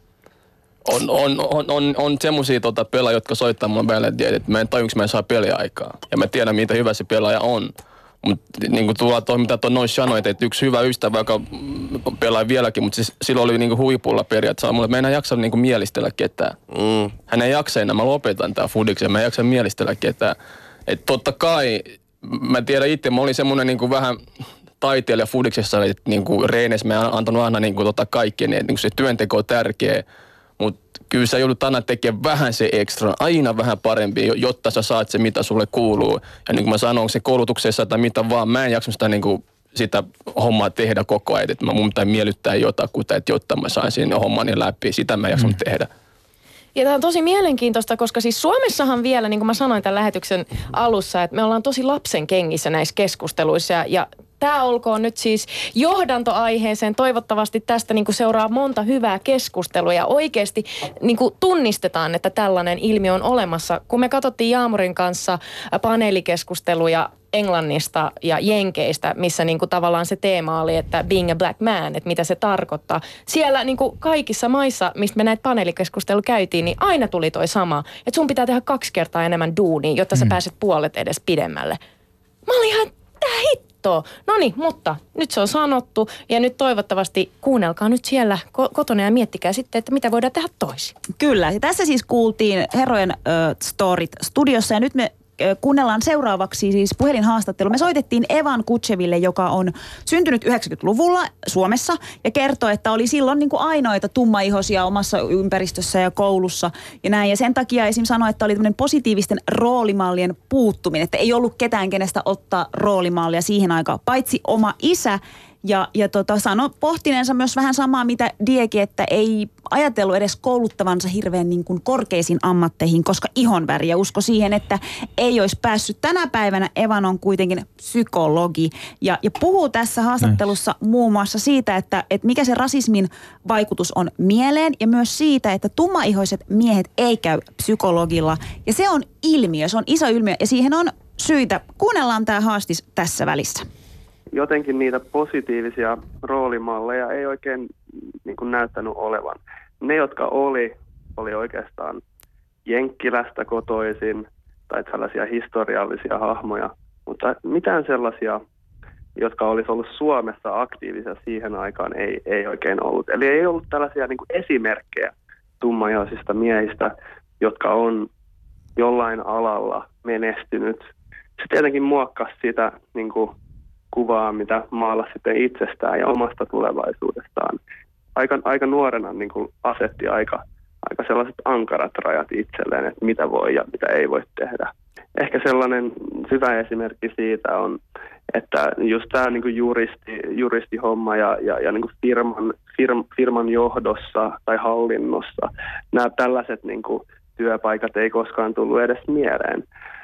On semmosia pelaajia, jotka soittaa mulle välillä, että mä en tajunko mä en saa peliaikaa. Ja mä tiedän, mitä hyvä se pelaaja on. Mutta niin kuin tuolla mitä tuon noin sanoit, että yksi hyvä ystävä, joka pelaa vieläkin, mutta siis silloin oli niin huipulla periaatteessa. Mulle mä en jaksa niin mielistellä ketään. Hän ei jaksa enää, mä lopetan tää fudiksen, mä en jaksa mielistellä ketään. Että totta kai, mä tiedän itse, mä olin semmonen niin vähän taiteilija fudiksessa, että niin reeneissä mä en antanut aina niin kaikkeen, että niin se työnteko on tärkeä. Mutta kyllä sä joudut aina tekemään vähän se ekstra, aina vähän parempi, jotta sä saat se, mitä sulle kuuluu. Ja niin kuin mä sanon, onko se koulutuksessa tai mitä vaan, mä en jaksa sitä, niin kuin, sitä hommaa tehdä koko ajan. Että mun pitää miellyttää jotakuta, että jotta mä saisin hommani läpi. Sitä mä en jaksa tehdä. Ja tämä on tosi mielenkiintoista, koska siis Suomessahan vielä, niin kuin mä sanoin tämän lähetyksen alussa, että me ollaan tosi lapsen kengissä näissä keskusteluissa ja tämä olkoon nyt siis johdantoaiheeseen. Toivottavasti tästä niin kuin seuraa monta hyvää keskustelua ja oikeasti niin kuin tunnistetaan, että tällainen ilmiö on olemassa. Kun me katsottiin Jaamurin kanssa paneelikeskusteluja Englannista ja Jenkeistä, missä niin kuin tavallaan se teema oli, että being a black man, että mitä se tarkoittaa. Siellä niin kuin kaikissa maissa, mistä me näitä paneelikeskusteluja käytiin, niin aina tuli toi sama, että sun pitää tehdä 2 kertaa enemmän duunia, jotta sä pääset puolet edes pidemmälle. Mä olin ihan, tää hitto. No niin, mutta nyt se on sanottu ja nyt toivottavasti kuunnelkaa nyt siellä kotona ja miettikää sitten, että mitä voidaan tehdä toisin. Kyllä, ja tässä siis kuultiin Herrojen storit studiossa ja nyt me kuunnellaan seuraavaksi siis puhelinhaastattelu. Me soitettiin Evan Kutseville, joka on syntynyt 90-luvulla Suomessa ja kertoi, että oli silloin niin kuin ainoita tummaihoisia omassa ympäristössä ja koulussa ja näin. Ja sen takia esim. Sanoi, että oli tämmöinen positiivisten roolimallien puuttuminen, että ei ollut ketään, kenestä ottaa roolimallia siihen aikaan, paitsi oma isä. Ja sanoi pohtineensa myös vähän samaa, mitä Dieki, että ei ajatellut edes kouluttavansa hirveän niin kuin korkeisiin ammatteihin, koska ihonväri ja usko siihen, että ei olisi päässyt. Tänä päivänä Evan on kuitenkin psykologi ja puhuu tässä haastattelussa muun muassa siitä, että mikä se rasismin vaikutus on mieleen ja myös siitä, että tummaihoiset miehet ei käy psykologilla. Ja se on ilmiö, se on iso ilmiö ja siihen on syitä. Kuunnellaan tämä haastis tässä välissä. Jotenkin niitä positiivisia roolimalleja ei oikein niin kuin näyttänyt olevan. Ne, jotka oli oikeastaan Jenkkilästä kotoisin tai tällaisia historiallisia hahmoja, mutta mitään sellaisia, jotka olisi ollut Suomessa aktiivisia siihen aikaan, ei oikein ollut. Eli ei ollut tällaisia niin kuin esimerkkejä tummaihoisista miehistä, jotka on jollain alalla menestynyt. Se tietenkin muokkasi sitä niin kuin kuvaa, mitä maalasi sitten itsestään ja omasta tulevaisuudestaan. Aika nuorena niin kuin asetti aika sellaiset ankarat rajat itselleen, että mitä voi ja mitä ei voi tehdä. Ehkä sellainen hyvä esimerkki siitä on, että just tämä niin kuin juristihomma ja niin kuin firman johdossa tai hallinnossa, nämä tällaiset niin kuin työpaikat ei koskaan tullut edes mieleen.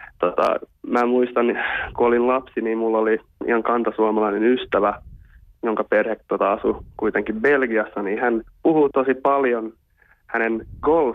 Mä muistan, kun olin lapsi, niin mulla oli ihan kantasuomalainen ystävä, jonka perhe asui kuitenkin Belgiassa, niin hän puhuu tosi paljon hänen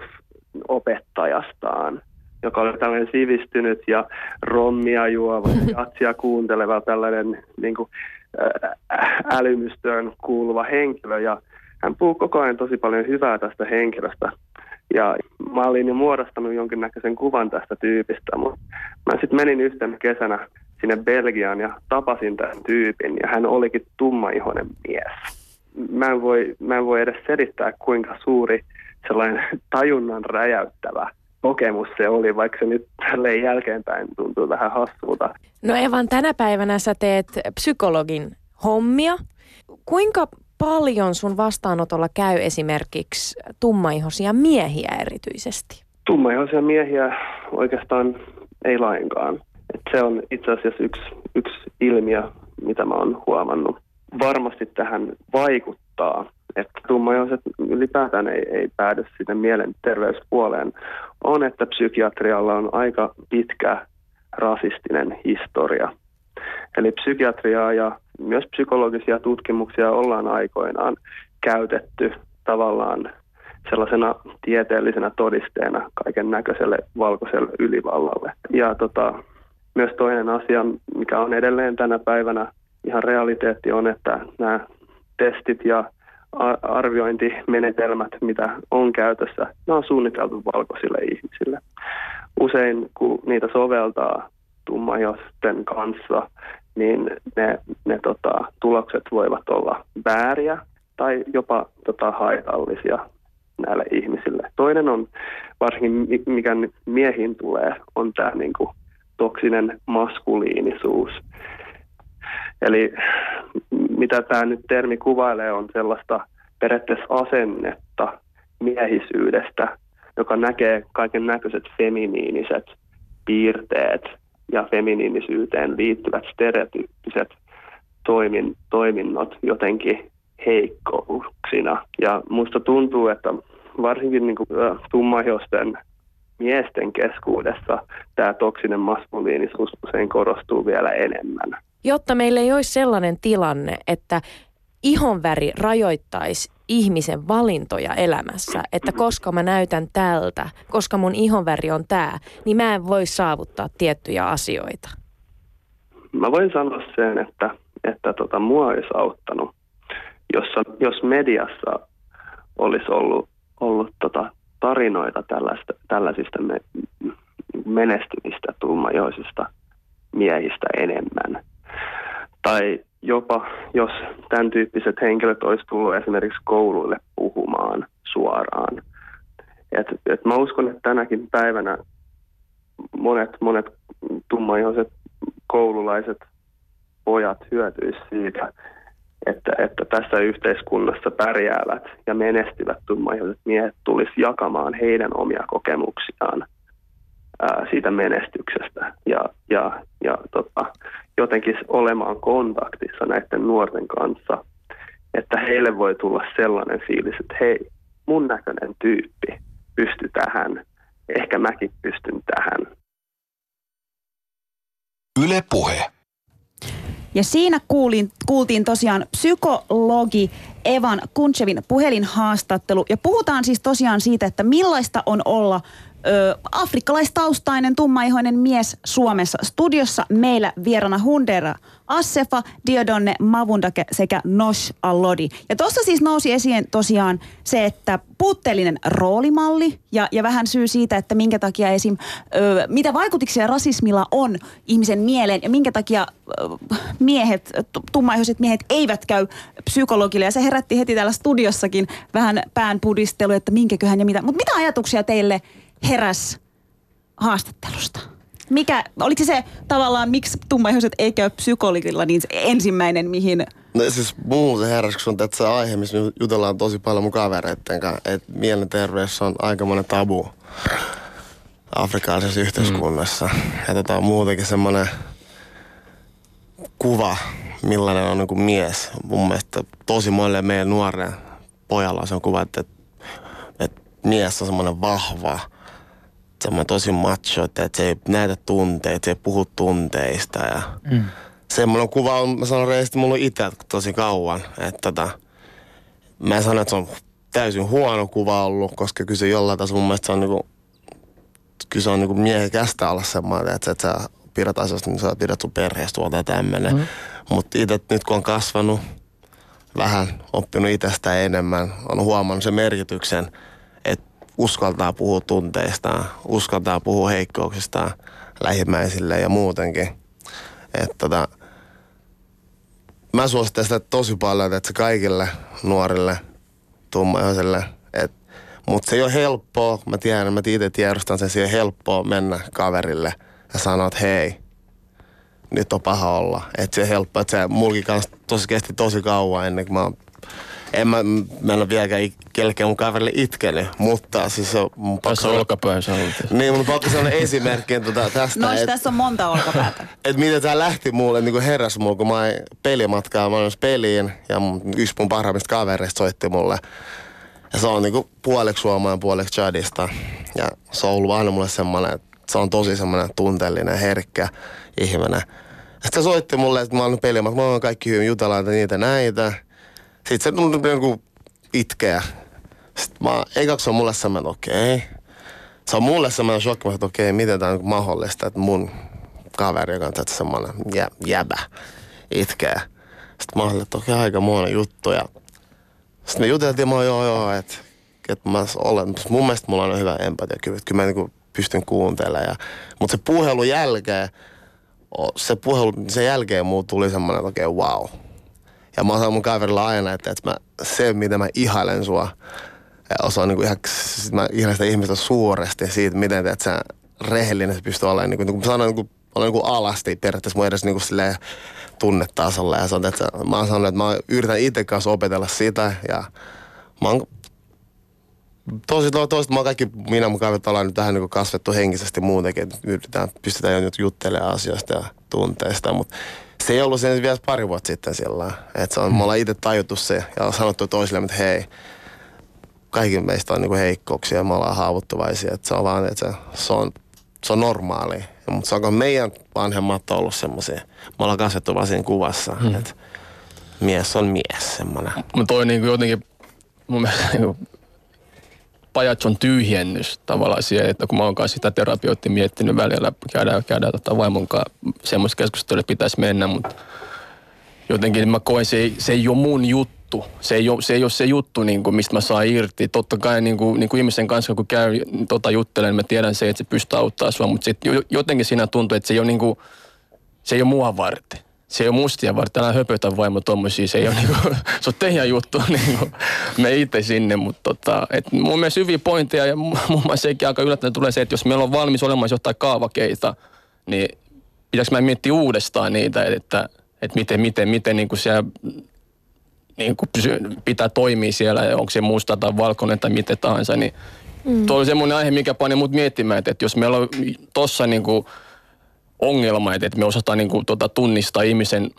golf-opettajastaan, joka oli tällainen sivistynyt ja rommia juova, jatsia kuunteleva tällainen niin kuin, älymystöön kuuluva henkilö ja hän puhuu koko ajan tosi paljon hyvää tästä henkilöstä. Ja mä olin jo muodostanut jonkinnäköisen kuvan tästä tyypistä, mutta mä sitten menin yhtenä kesänä sinne Belgiaan ja tapasin tämän tyypin ja hän olikin tummaihoinen mies. Mä en voi edes selittää, kuinka suuri sellainen tajunnan räjäyttävä kokemus se oli, vaikka se nyt tälleen jälkeenpäin tuntuu vähän hassulta. No Evan, tänä päivänä sä teet psykologin hommia. Kuinka paljon sun vastaanotolla käy esimerkiksi tummaihoisia miehiä erityisesti? Tummaihoisia miehiä oikeastaan ei lainkaan. Et se on itse asiassa yksi ilmiö, mitä mä oon huomannut. Varmasti tähän vaikuttaa, että tummaihoiset ylipäätään ei päädy sinne mielenterveyspuoleen, on, että psykiatrialla on aika pitkä rasistinen historia. Eli psykiatriaa ja myös psykologisia tutkimuksia ollaan aikoinaan käytetty tavallaan sellaisena tieteellisenä todisteena kaiken näköiselle valkoiselle ylivallalle. Ja myös toinen asia, mikä on edelleen tänä päivänä ihan realiteetti, on, että nämä testit ja arviointimenetelmät, mitä on käytössä, ne on suunniteltu valkoisille ihmisille. Usein, kun niitä soveltaa tummaihoisten kanssa, niin ne tulokset voivat olla vääriä tai jopa haitallisia näille ihmisille. Toinen on, varsinkin mikä miehiin tulee, on tämä niinku toksinen maskuliinisuus. Eli mitä tämä nyt termi kuvailee, on sellaista periaatteessa asennetta miehisyydestä, joka näkee kaiken näköiset feminiiniset piirteet ja feminiinisyyteen liittyvät stereotyyppiset toiminnot jotenkin heikkouksina. Ja musta tuntuu, että varsinkin niin kuin tummaihoisten miesten keskuudessa tämä toksinen maskuliinisuus usein korostuu vielä enemmän. Jotta meillä ei olisi sellainen tilanne, että ihonväri rajoittaisi ihmisen valintoja elämässä, että koska mä näytän tältä, koska mun ihonväri on tää, niin mä en voi saavuttaa tiettyjä asioita. Mä voin sanoa sen, että mua olisi auttanut, jos mediassa olisi ollut tarinoita tällaisista menestymistä tummaihoisista miehistä enemmän. Tai jopa jos tämän tyyppiset henkilöt olisi tullut esimerkiksi kouluille puhumaan suoraan. Et mä uskon, että tänäkin päivänä monet tummaihoiset koululaiset pojat hyötyisivät siitä, että tässä yhteiskunnassa pärjäävät ja menestyvät tummaihoiset miehet tulisi jakamaan heidän omia kokemuksiaan siitä menestyksestä ja jotenkin olemaan kontaktissa näiden nuorten kanssa, että heille voi tulla sellainen fiilis, että hei, mun näköinen tyyppi pystyy tähän, ehkä mäkin pystyn tähän. Yle Puhe. Ja siinä kuultiin tosiaan psykologi Evan Kuntsevin puhelinhaastattelu. Ja puhutaan siis tosiaan siitä, että millaista on olla afrikkalaistaustainen tummaihoinen mies Suomessa. Studiossa meillä vierana Hundera Assefa, Diodone Mavundake sekä Nosh Allodi. Ja tuossa siis nousi esiin tosiaan se, että puutteellinen roolimalli ja vähän syy siitä, että minkä takia mitä vaikutuksia rasismilla on ihmisen mieleen ja minkä takia tummaihoiset miehet eivät käy psykologille. Ja se herätti heti täällä studiossakin vähän päänpudistelu, että minkäköhän ja mitä. Mutta mitä ajatuksia teille heräs haastattelusta? Oliko se tavallaan, miksi tummaihoiset ei käy psykologilla, niin se ensimmäinen mihin? No siis mulla se heräs, kun on se aihe, missä jutellaan tosi paljon mun kavereitten kanssa, että mielenterveys on aikamoinen tabu afrikkalaisessa yhteiskunnassa. Ja muutenkin semmoinen kuva, millainen on niin kuin mies. Mun mielestä tosi monelle meidän nuoren pojalla on se kuva, että mies on semmoinen vahva, semmoinen tosi macho, että se ei näytä tunteita, se ei puhu tunteista. Ja semmoinen kuva on, mä sanon reisesti, mulla on itse tosi kauan. Että mä sanon, että se on täysin huono kuva ollut, koska kyse jollain tasolla mun mielestä se on niinku, kyse on niinku miehekästä olla semmoinen, että sä pidät asioista, niin sä pidät sun perheestä huolta ja tämmönen. Mutta itse nyt kun on kasvanut, vähän oppinut itsestään enemmän, on huomannut sen merkityksen, että uskaltaa puhua tunteistaan, uskaltaa puhua heikkouksistaan lähimmäisille ja muutenkin. Että mä suosittelen sitä tosi paljon, että se kaikille nuorille, tummaihoisille, mutta se ei ole helppoa, mä tiedän, mä itse tiedostan sen, se ei ole helppoa mennä kaverille ja sanoa, että hei, nyt on paha olla. Että se on helppoa, että se mulkin kanssa kesti tosi kauan ennen kuin mä en ole vieläkään kelkeä mun kaverille itkenyt, mutta siis se on mun pakko... Tässä on olkapäässä ollut. Niin, mun pakko sellainen esimerkki tästä. No, tässä on monta olkapäätä. Että miten tää lähti mulle, niin kuin heräsi mulle, kun mä olin pelimatkaa, mä olin peliin ja yksi mun parhaimmista kavereista soitti mulle. Ja se on niinku puoleksi Suomaa ja puoleksi Chadista. Ja se on ollut aina mulle semmoinen, että se on tosi semmoinen tunteellinen, herkkä ihminen. Sitten se soitti mulle, että mä olin pelimatkaa, mä oon kaikki hyvin, jutellaan niitä näitä. Sitten se niinku itkeä. Sitten eikä se on mulle semmoinen, että okei. Se on mulle semmoinen shokki, että okei, miten tää on niinku mahdollista, että mun kaveri, joka on semmoinen jäbä, itkeä. Sitten mä olin, että okei, aika muoinen juttu. Ja sitten me juteltiin, että mä olen, mun mielestä mulla on hyvä empatiakyvyt. Kyllä mä niinku pystyn kuuntelemaan. Mutta se puhelun jälkeen, sen jälkeen muu tuli semmoinen, että okei, wow. Ja mä sanon mun kaverilla aina, että se, mitä mä ihailen sua, ja osaan niinku mä ihailen sitä ihmistä suuresti siitä, miten teet sä rehellinen se pystyy olemaan. Niin kuin sanoin, olen niin alasti periaatteessa mun edes niin silleen tunnetasolla. Ja sanon, että mä oon sanonut, että mä yritän itse kanssa opetella sitä. Ja mä oon toivottavasti mä oon kaikki, minä mun kaverit ollaan nyt tähän niin kasvettu henkisesti muutenkin. Että pystytään jo nyt juttelemaan asioista ja tunteista. Mutta se ei ollut sen vielä pari vuotta sitten sillä. Että me ollaan itse tajuttu se ja sanottu toisille, että hei, kaikki meistä on niin heikkouksia ja me ollaan haavoittuvaisia. Että se on vaan, että se on normaalia. Mutta se onko meidän vanhemmat ollut semmoisia. Me ollaan kasvettu vaan siinä kuvassa, että mies on mies semmoinen. Mutta toi niinku jotenkin mun mielestä niinku pajatson tyhjennys tavallaan siihen, että kun mä oon kanssa sitä terapeutti miettinyt välillä, käydään vaimon kanssa semmoista keskustelua, että pitäisi mennä, mutta jotenkin mä koen, se ei ole mun juttu. Se ei ole se juttu, niin kuin, mistä mä saan irti. Totta kai niin kuin ihmisen kanssa, kun käy juttelen, mä tiedän se, että se pystyy auttamaan sua, mutta jotenkin siinä tuntuu, että se ei ole, niin kuin, se ei ole mua varten. Se ei ole mustia varten. Älä höpötä vaimo tommosia. Se ei ole niin kuin, se on teidän juttu, niin kuin, me itse sinne. Mutta mun mielestä hyviä pointteja ja mun mielestä sekin aika yllättäen tulee se, että jos meillä on valmis olemassa jotain kaavakeita, niin pitäisikö mä miettiä uudestaan niitä, että miten niin kuin siellä niin kuin pitää toimia siellä, onko se musta tai valkoinen tai mitä tahansa, niin tuo oli semmoinen aihe, mikä pani mut miettimään, että jos meillä on tossa niin kuin ongelma, että me osataan niin kuin tunnistaa ihmisen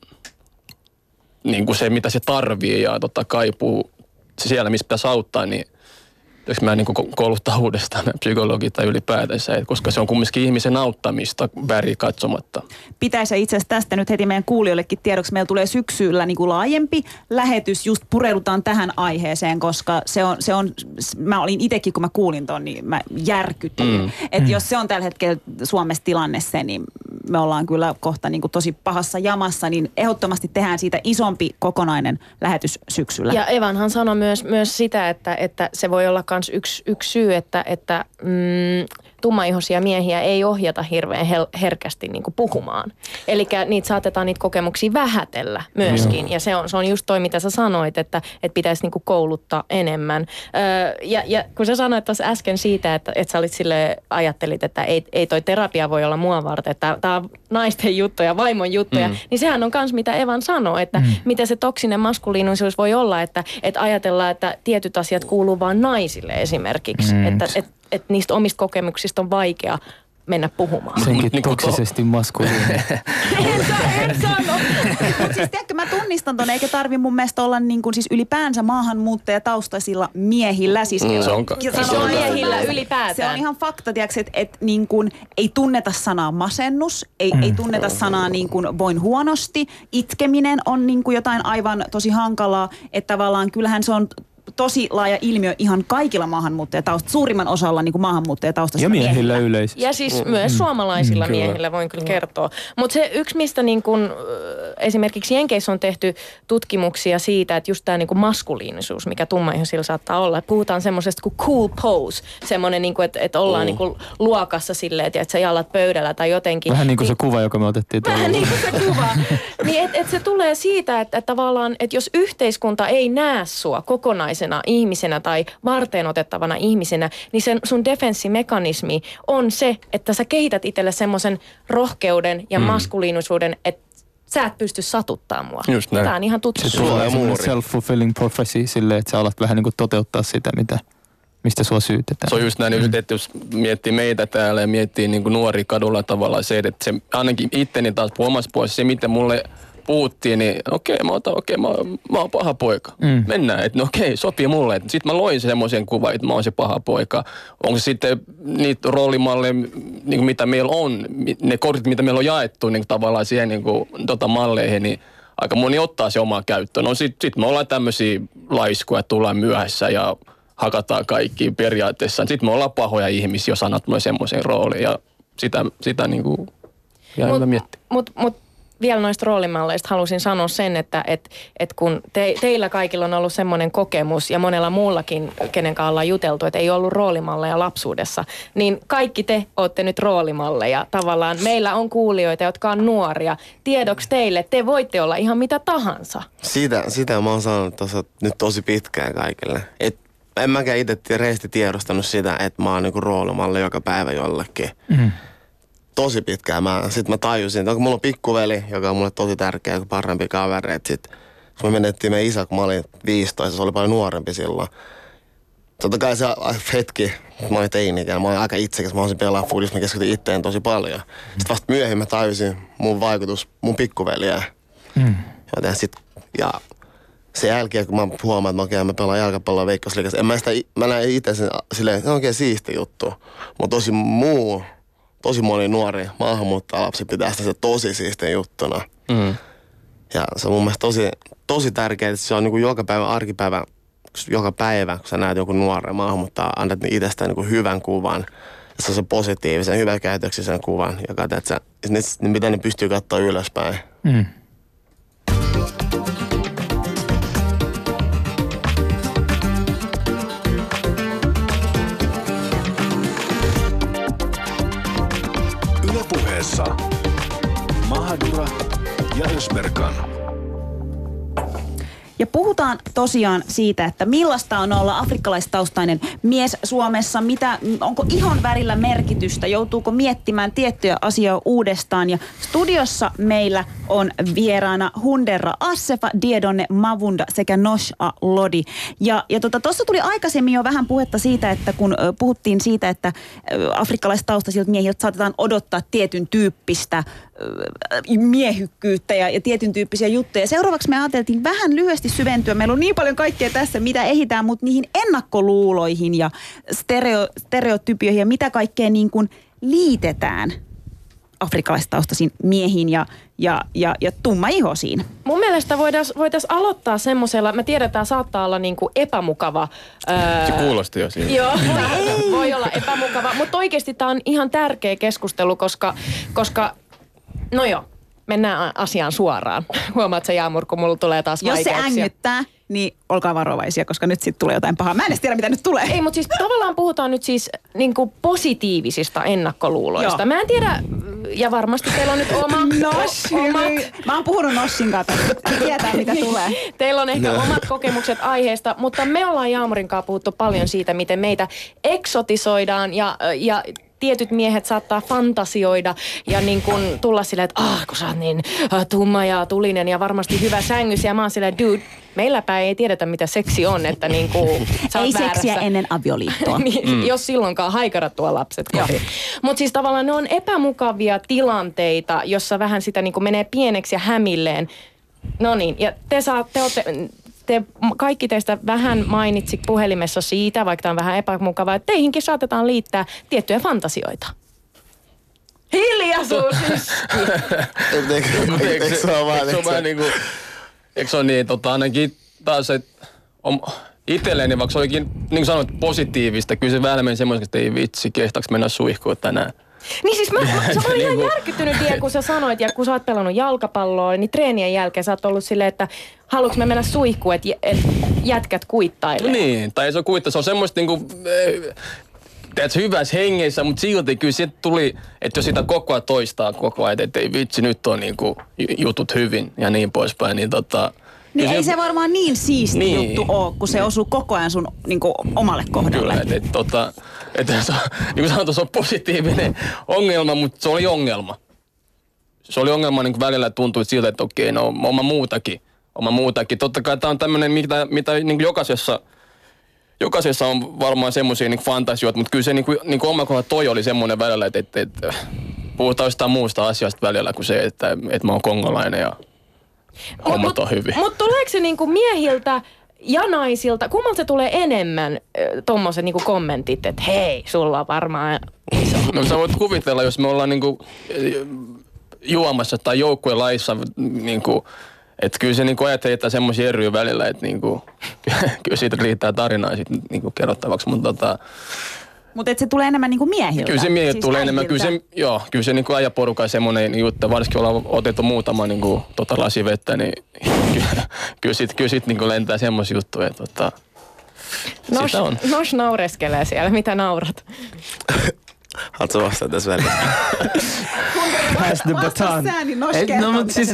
niin kuin se, mitä se tarvii ja kaipuu siellä, missä pitäisi auttaa, niin jos mä niin kuin kouluttaa uudestaan psykologit tai ylipäätänsä, koska se on kumminkin ihmisen auttamista väriä katsomatta. Pitäisi itse asiassa tästä nyt heti meidän kuulijoillekin tiedoksi. Meillä tulee syksyllä niin kuin laajempi lähetys, just pureudutaan tähän aiheeseen, koska se on mä olin itsekin, kun mä kuulin ton, niin mä järkytin. Että jos se on tällä hetkellä Suomessa tilanne se, niin me ollaan kyllä kohta niin kuin tosi pahassa jamassa, niin ehdottomasti tehdään siitä isompi kokonainen lähetys syksyllä. Ja Evanhan sanoi myös sitä, että se voi olla myös yksi syy, että tummaihoisia miehiä ei ohjata hirveän herkästi niin kuin puhumaan. Eli saatetaan niitä kokemuksia vähätellä myöskin. Ja se on just toi, mitä sä sanoit, että pitäisi niin kuin kouluttaa enemmän. Ja kun sä sanoit tuossa äsken siitä, että sä olit ajattelit, että ei toi terapia voi olla mua varten, että tää on naisten juttuja, vaimon juttuja, niin sehän on kans mitä Evan sanoi, että mitä se toksinen maskuliinisuus voi olla, että ajatellaan, että tietyt asiat kuuluu vaan naisille esimerkiksi, että niistä omista kokemuksista on vaikea mennä puhumaan. Senkin toksisesti maskuliininen. En sano. Mutta siis tiedätkö, mä tunnistan ton, eikä tarvi mun mielestä olla niin kuin siis ylipäänsä maahanmuuttajataustaisilla miehillä. Siis se on miehillä ylipäätään. Se on ihan fakta, tiedätkö, että niin kuin ei tunneta sanaa masennus, ei tunneta sanaa niin kuin voin huonosti, itkeminen on niin kuin jotain aivan tosi hankalaa, että tavallaan kyllähän se on tosi laaja ilmiö ihan kaikilla maahanmuuttajataustalla, suurimman osalla niin kuin maahanmuuttajataustalla. Ja miehillä yleisesti. Ja siis myös suomalaisilla miehillä voin kyllä kertoa. Mutta se yksi, mistä niin kun, esimerkiksi Jenkeissä on tehty tutkimuksia siitä, että just tämä niin kuin maskuliinisuus, mikä tummaihoisilla saattaa olla. Puhutaan semmoisesta kuin cool pose, semmoinen, niin että ollaan niin kuin luokassa silleen, että sä jalat pöydällä tai jotenkin. Vähän niin kuin se kuva, joka me otettiin tuolla. Vähän niin kuin se kuva. Niin, että se tulee siitä, että tavallaan, että jos yhteiskunta ei näe sua kokonaisena ihmisenä tai varteenotettavana ihmisenä, niin sen sun defenssimekanismi on se, että sä kehität itselle semmoisen rohkeuden ja maskuliinisuuden, että sä et pysty satuttaa mua. Just näin. Tämä on ihan tuttu. Se tulee semmoinen self-fulfilling prophecy silleen, että sä alat vähän niin kuin toteuttaa sitä, mistä sua syytetään. Se on just näin, että jos miettii meitä täällä ja miettii niin kuin nuori kadulla tavallaan se, että se ainakin itteni taas omassa puolessa, se mitä mulle puhuttiin, niin mä oon paha poika. Mennään, että sopii mulle. Sitten mä loin semmoisen kuvan, että mä oon se paha poika. Onko se sitten niitä roolimalleja, niin mitä meillä on, ne kortit, mitä meillä on jaettu niin tavallaan siihen niin kuin, malleihin, niin aika moni ottaa se omaa käyttöön. No sit me ollaan tämmöisiä laiskuja, tullaan myöhässä ja hakataan kaikki periaatteessa. Sitten me ollaan pahoja ihmisiä, jos annat mulle semmoisen roolin ja sitä niin kuin jää hyvä miettiä. Mut vielä noista roolimalleista halusin sanoa sen, että kun teillä kaikilla on ollut semmoinen kokemus ja monella muullakin, kenen kanssa ollaan juteltu, että ei ollut roolimalleja lapsuudessa, niin kaikki te olette nyt roolimalleja. Tavallaan meillä on kuulijoita, jotka on nuoria. Tiedoksi teille, te voitte olla ihan mitä tahansa. Sitä mä oon sanonut tuossa nyt tosi pitkään kaikille. En mäkään itse rehellisesti tiedostanut sitä, että mä oon niinku roolimalli joka päivä jollekin. Tosi pitkään. Sitten mä tajusin, että mulla on pikkuveli, joka on mulle tosi tärkeä, joku parempi kaveri. Sitten me menettiin meidän isä, kun mä olin 15, se oli paljon nuorempi silloin. Totta kai se hetki, mä olin teini-ikäinen, mä olin aika itsekäs, mä olisin pelaa foodista, mä keskityin itteen tosi paljon. Sitten vasta myöhemmin mä tajusin mun vaikutus mun pikkuveliään. Ja sen jälkeen, kun mä huomaan, että mä pelaan jalkapalloa Veikkausliigassa, mä näin itse sen silleen, että se on oikein siisti juttu. Mutta tosi moni nuori maahanmuuttajalapsi pitää sitä tosi siistin juttuna. Ja se on mun mielestä tosi tärkeää, että se on niin kuin joka päivä, kun sä näet joku nuoren maahanmuuttaja, annat itsestään niin kuin hyvän kuvan. Ja se on se positiivisen, hyväkäytöksisen kuvan, joka mitä ne pystyy katsoa ylöspäin. Puheessa Mahadura ja Ösberkan. Ja puhutaan tosiaan siitä, että millaista on olla afrikkalaistaustainen mies Suomessa, onko ihon värillä merkitystä, joutuuko miettimään tiettyjä asioita uudestaan. Ja studiossa meillä on vieraana Hundera Assefa, Diedonne Mavunda sekä Nosha Lodi. Ja tuossa tuli aikaisemmin jo vähän puhetta siitä, että kun puhuttiin siitä, että afrikkalaistaustaisilla miehiltä saatetaan odottaa tietyn tyyppistä miehykkyyttä ja tietyn tyyppisiä juttuja. Seuraavaksi me ajateltiin vähän lyhyesti syventyä. Meillä on niin paljon kaikkea tässä, mitä ehditään, mutta niihin ennakkoluuloihin ja stereotypioihin ja mitä kaikkea niin kuin liitetään afrikkalaistaustaisiin miehiin ja tummaihoisiin. Mun mielestä voitaisiin aloittaa semmoisella, mä tiedän, että tämä saattaa olla niinku epämukava. Se kuulosti jo siinä. Joo, voi olla epämukava, mutta oikeasti tämä on ihan tärkeä keskustelu, koska no joo, mennään asiaan suoraan. Huomaat sä, Jaamur, kun mulla tulee taas vaikeuksia. Jos se ängyttää, niin olkaa varovaisia, koska nyt sitten tulee jotain pahaa. Mä en edes tiedä, mitä nyt tulee. Ei, mutta siis tavallaan puhutaan nyt siis niinku positiivisista ennakkoluuloista. Joo. Mä en tiedä, ja varmasti teillä on nyt Mä oon puhunut Nossin kanssa, tietää mitä tulee. Teillä on ehkä omat kokemukset aiheesta, mutta me ollaan Jaamurin kanssa puhuttu paljon siitä, miten meitä eksotisoidaan ja tietyt miehet saattaa fantasioida ja niin kuin tulla silleen, että kun sä oot niin tumma ja tulinen ja varmasti hyvä sängys. Ja mä oon silleen, dude, meilläpä ei tiedetä mitä seksi on, että niin kuin sä oot ei väärässä. Seksiä ennen avioliittoa. Niin, jos silloinkaan haikarat tuo lapset kotiin. Mutta siis tavallaan ne on epämukavia tilanteita, jossa vähän sitä niin kuin menee pieneksi ja hämilleen. No niin, ja te kaikki teistä vähän mainitsi puhelimessa siitä, vaikka tämä on vähän epämukavaa, että teihinkin saatetaan liittää tiettyjä fantasioita. Hiljaisuus yski! Eikö se ole niin, ainakin taas, että itselleni, vaikka se olikin, niin kuin sanoit, positiivista, kyllä se vähän meni semmoisen, että ei vitsi, kehtaaks mennä suihkuun tänään. Niin siis mä olin ihan järkyttynyt, kun sä sanoit, ja kun sä oot pelannut jalkapalloa, niin treenien jälkeen sä oot ollut silleen, että haluuks me mennä suihkuun, että jätkät kuittailee. Niin, tai se on kuittaa, se on semmoista niinku, teetkö, hyvässä hengessä, mutta silti kyllä siitä tuli, että jos sitä koko ajan toistaa koko ajan, että ei vitsi, nyt on niinku jutut hyvin ja niin poispäin, niin Niin ei se varmaan niin siisti niin juttu ole, kun se osuu koko ajan sun niinku omalle kohdalle. Kyllä, että se on, niin kuin sanottu, se on positiivinen ongelma, mutta se oli ongelma. Se oli ongelma niin kuin välillä tuntui siltä, että okei, no oma muutakin. Totta kai tämä on tämmöinen, mitä niin kuin jokaisessa on varmaan semmoisia niin fantasioita, mutta kyllä se niin kuin oma kohdalla toi oli semmoinen välillä, että puhutaan jostain muusta asiasta välillä kuin se, että mä oon kongolainen ja hommat on hyvin. Mutta tuleeko se niinku miehiltä ja naisilta, kummalta se tulee enemmän tommoset niinku kommentit, että hei, sulla on varmaan iso? No sä voit kuvitella, jos me ollaan niinku juomassa tai joukkueen laissa, niinku, että kyllä se niinku ajattelee semmoisia eryjä välillä, että niinku, kyllä siitä riittää tarinaa sitten niinku kerrottavaksi, mutta Mutta se tulee enemmän niinku miehiltä. Kyllä se miehiltä siis tulee enemmän. Kyllä se niinku äijäporukka semmoinen juttu, varsinkin ollaan otettu muutama niinku lasi vettä, niin kyllä sit niinku lentää semmoisia juttuja, että sitä on. Nosh naureskelee siellä, mitä naurat? Haluatko vastata tässä välissä? Pass the baton. Sä, niin Nosh kertoo, mutta siis,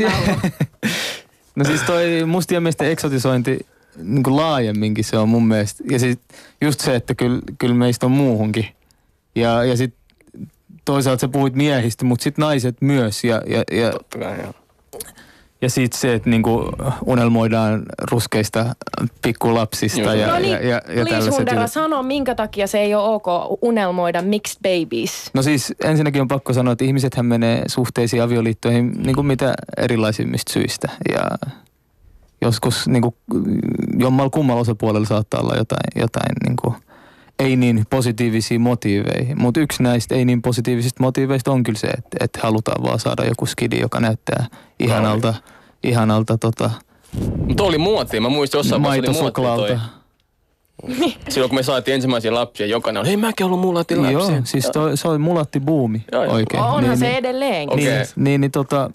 no siis toi mustien miesten eksotisointi niin kuin laajemminkin se on mun mielestä. Ja sit just se, että kyllä meistä on muuhunkin. Ja sit toisaalta sä puhuit miehistä, mutta sit naiset myös. Ja totta kai, joo. Ja sit se, että niinku unelmoidaan ruskeista pikkulapsista ja please Hundera, sano minkä takia se ei ole ok unelmoida mixed babies. No siis ensinnäkin on pakko sanoa, että ihmisethän menee suhteisiin avioliittoihin niinku mitä erilaisimmista syistä. Ja joskus niinku jommalla kummalla osapuolella saattaa olla jotain niinku ei niin positiivisia motiiveja. Mutta yksi näistä ei niin positiivisista motiiveista on kyllä se, että halutaan vaan saada joku skidi, joka näyttää ihanalta Mutta oli muotia. Mä muistin jossain vaiheessa oli muotia toi. Silloin kun me saatiin ensimmäisiä lapsia, jokainen oli, hei mäkin ollut mulatti lapsia. Joo, siis se oli mulattibuumi oikein. Onhan se edelleenkin. Okay.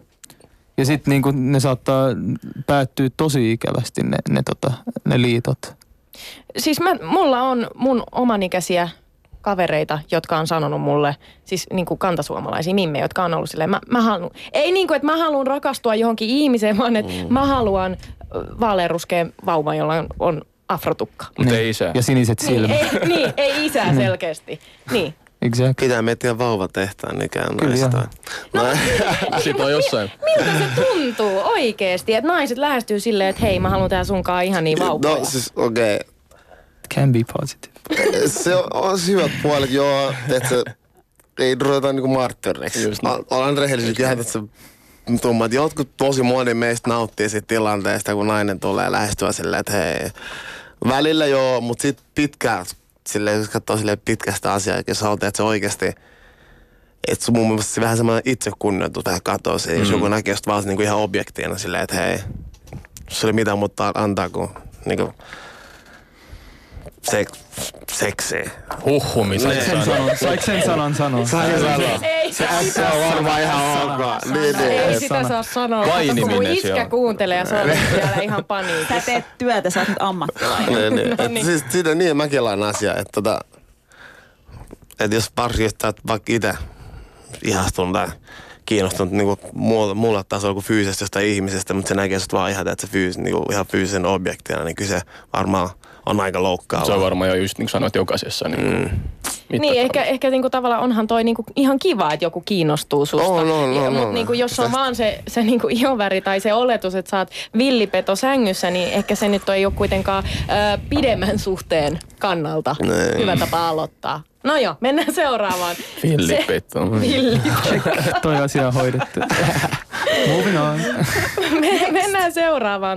Ja sitten niinku ne saattaa päättyä tosi ikävästi ne liitot. Siis mulla on mun omanikäisiä kavereita, jotka on sanonut mulle, siis niinku kantasuomalaisia mimmejä, jotka on ollut silleen, mä haluan, ei niinku, että mä haluan rakastua johonkin ihmiseen, vaan että mä haluan vaaleanruskeen vauvan, jolla on afrotukka. Mutta ei isää. Ja siniset silmät. Ei isää selkeästi. Niin. Exactly. Pitää miettiä vauvatehtaan, mikä on kyllä naista. Siitä on jossain. Miltä se tuntuu oikeesti, että naiset lähestyy silleen, että hei, mä haluan tää sunkaan ihania vauvoja. No siis okei. Can be positive. Se on hyvät puolet, joo, että ei ruveta niinku marttyriksi. Olen rehellisesti kyllähän, että se tumma, että jotkut tosi moni meistä nauttii siitä tilanteesta, kun nainen tulee lähestyä silleen, että hei, välillä joo, mutta sitten pitkään, silleen, jos katsoo silleen pitkästä asiaa, jos haluaa, että se oikeasti, että sun mun mielestä vähän semmoinen itsekunnioitus vähän katsoa siihen, jos joku näkee just vaan niinku ihan objektiina silleen, että hei, se oli mitään mutta antaa kuin niinku seksiä. Huhhumista. Saiko sen sanan sanoa? Se on varmaan ihan ok. Ei sitä saa sanoa. Vainiminen kun se iskä on. kuuntelee ja se on vielä ihan paniikissa. Sä teet työtä, sä oot nyt ammattilainen. Niin. Siis siitä niin mäkelään asia, että jos pari yhtään vaikka itse ihastunut tai kiinnostunut niinku muulla tasolla kuin fyysisestä jostain ihmisestä, mutta se näkee sut vaan ihan, että se niinku ihan fyysisen objektina, niin kyllä se varmaan on aika loukkaava. Se on varmaan jo just niin kuin sanoit jokaisessa. Niin, ehkä niinku tavallaan onhan toi niinku ihan kiva, että joku kiinnostuu susta. Mutta niinku, jos on vaan se niinku ihonväri tai se oletus, että sä oot villipeto sängyssä, niin ehkä se nyt ei ole kuitenkaan pidemmän suhteen kannalta hyvä tapa aloittaa. No joo, mennään seuraavaan. Villipeto. Toi asia on hoidettu. Moving on. Mennään seuraavaan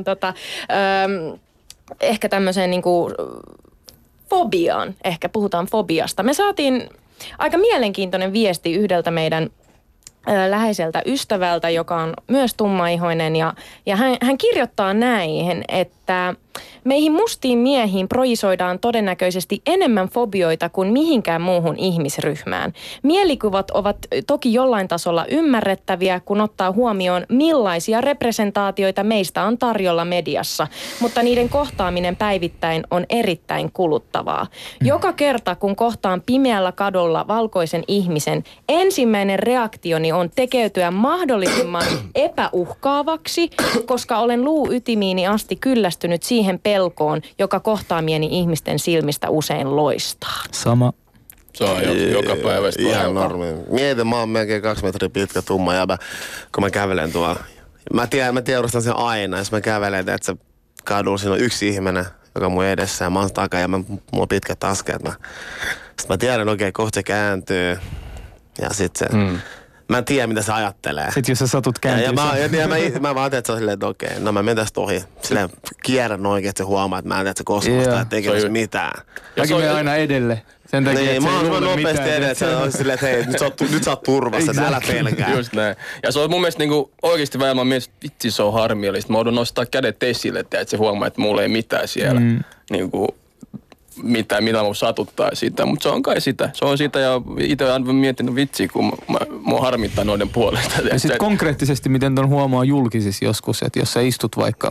ehkä tämmöiseen niinku fobiaan. Ehkä puhutaan fobiasta. Me saatiin aika mielenkiintoinen viesti yhdeltä meidän läheiseltä ystävältä, joka on myös tummaihoinen. Ja hän kirjoittaa näin, että Meihin mustiin miehiin projisoidaan todennäköisesti enemmän fobioita kuin mihinkään muuhun ihmisryhmään. Mielikuvat ovat toki jollain tasolla ymmärrettäviä, kun ottaa huomioon, millaisia representaatioita meistä on tarjolla mediassa, mutta niiden kohtaaminen päivittäin on erittäin kuluttavaa. Joka kerta, kun kohtaan pimeällä kadulla valkoisen ihmisen, ensimmäinen reaktioni on tekeytyä mahdollisimman epäuhkaavaksi, koska olen luuytimiini asti kyllästynyt siihen pelkoon, joka kohtaamieni ihmisten silmistä usein loistaa. Sama. Se on joka päivästä. Ihan normi. Mietin, mä oon melkein 2 metriä pitkä tumma jäbä, kun mä kävelen tuolla. Mä tiedostan sen aina, jos mä kävelen, että se kadulla siinä on yksi ihminen, joka on mun edessä ja mä oon takaa ja mulla on pitkät askeet. Sitten mä tiedän oikein, kohta se kääntyy ja sit se... Mä en tiedä, mitä se ajattelee. Sitten jos sä satut kääntyä. Mä vaan teen, että se on silleen, että okei, no mä menen tästä ohi. Silleen kierrän oikein, että se huomaa, että mä en tiedä, että se kosmasta tai tekee mitään. Mäkin menen aina edelle. Sen takia, niin, että mä oon nopeasti edelle, että se on silleen, että hei, nyt sä oot turvassa, että älä pelkää. Just näin. Ja se on mun mielestä niinku oikeesti vähän, mä mietin, että vitsi se on harmillista. Mä oon nostaa kädet esille, että se huomaa, että mulla ei mitään siellä. Niinku, mitä mun satuttaa siitä, mutta se on kai sitä. Se on sitä ja itse olen miettinyt vitsi, kun mua harmittaa noiden puolesta. Ja sitten konkreettisesti, miten ton huomaa julkisissa joskus, että jos sä istut vaikka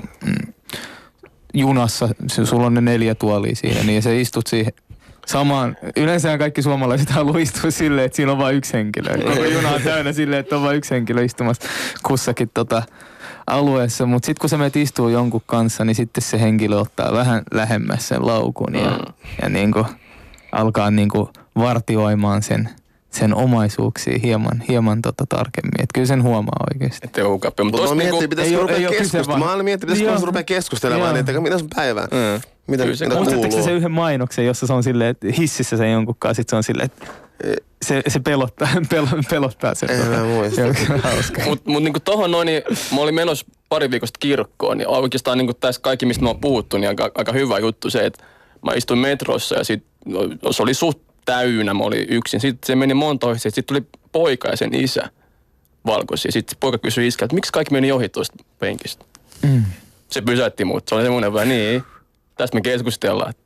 junassa, sulla on ne 4 tuolia siinä, niin sä istut siihen samaan. Yleensä kaikki suomalaiset haluaa istua silleen, että siinä on vain yksi henkilö. Koko juna on täynnä silleen, että on vain yksi henkilö istumassa kussakin alueessa, mutta sitten kun sä menet istuu jonkun kanssa, niin sitten se henkilö ottaa vähän lähemmäs sen laukun ja niinku alkaa niinku vartioimaan sen omaisuuksia hieman tarkemmin. Että kyllä sen huomaa oikeasti. Että ei ole kapea. Mutta mä miettii, pitäisikö rupea keskustelemaan. Mä aina miettii, pitäisikö rupea keskustelemaan, että mitä sun päivää? Mitä kuuluu? Muistatteko se yhden mainoksen, jossa se on silleen, että hississä sen jonkun kanssa, sit se on silleen, että se pelottaa sen. Ei mä muista. Mutta niinku tohon noin, niin mä olin menossa pari viikosta kirkkoon, niin oikeastaan niinku tässä kaikki, mistä mä oon puhuttu, niin aika hyvä juttu se, että mä istuin metrossa ja sit se oli suht täynnä, mä olin yksin. Sitten se meni monta ohi, sitten tuli poika ja sen isä valkoisia. Sitten poika kysyi iskältä, että miksi kaikki meni ohi tuosta penkistä. Se pysäytti mut. Se oli semmoinen vähän niin, tästä me keskustellaan.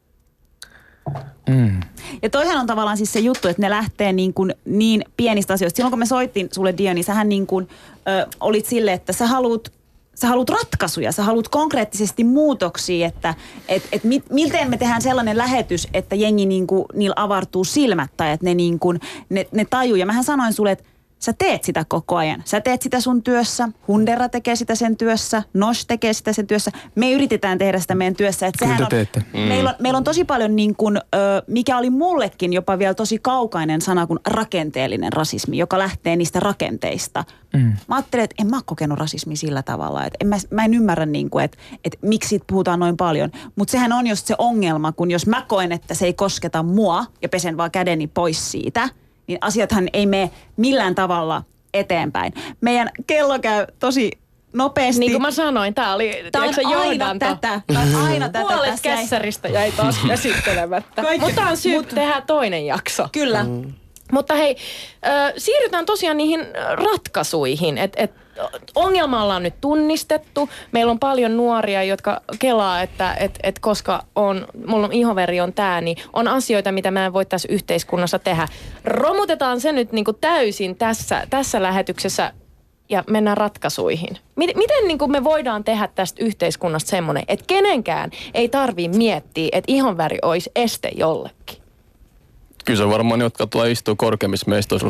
Ja toihan on tavallaan siis se juttu, että ne lähtee niin pienistä asioista. Silloin kun me soittiin sulle, Dio, niin sähän olit silleen, että sä haluat ratkaisuja, sä haluat konkreettisesti muutoksia, että miten me tehdään sellainen lähetys, että jengi niillä avartuu silmät tai että ne tajuu. Ja mähän sanoin sulle, että sä teet sitä koko ajan. Sä teet sitä sun työssä, Hundera tekee sitä sen työssä, Nosh tekee sitä sen työssä. Me yritetään tehdä sitä meidän työssä. Että sehän meillä on tosi paljon mikä oli mullekin jopa vielä tosi kaukainen sana kuin rakenteellinen rasismi, joka lähtee niistä rakenteista. Mä ajattelin, että en mä ole kokenut rasismia sillä tavalla. Että mä en ymmärrä, että miksi siitä puhutaan noin paljon. Mutta sehän on just se ongelma, kun jos mä koen, että se ei kosketa mua ja pesen vaan kädeni pois siitä, niin asiathan ei mene millään tavalla eteenpäin. Meidän kello käy tosi nopeasti. Niin kuin mä sanoin, tää on aina tätä. Puolet kässäristä jäi taas käsittelemättä. Mutta on syy tehdä toinen jakso. Kyllä. Mutta hei, siirrytään tosiaan niihin ratkaisuihin. Ongelma ollaan nyt tunnistettu. Meillä on paljon nuoria, jotka kelaa, että koska mulla ihoveri on tää, niin on asioita, mitä mä en voi tässä yhteiskunnassa tehdä. Romutetaan se nyt niinku täysin tässä lähetyksessä ja mennään ratkaisuihin. Miten me voidaan tehdä tästä yhteiskunnasta semmoinen, että kenenkään ei tarvii miettiä, että ihonväri olisi este jollekin? Kyllä se varmaan, jotka tulee istua korkeammissa meistä,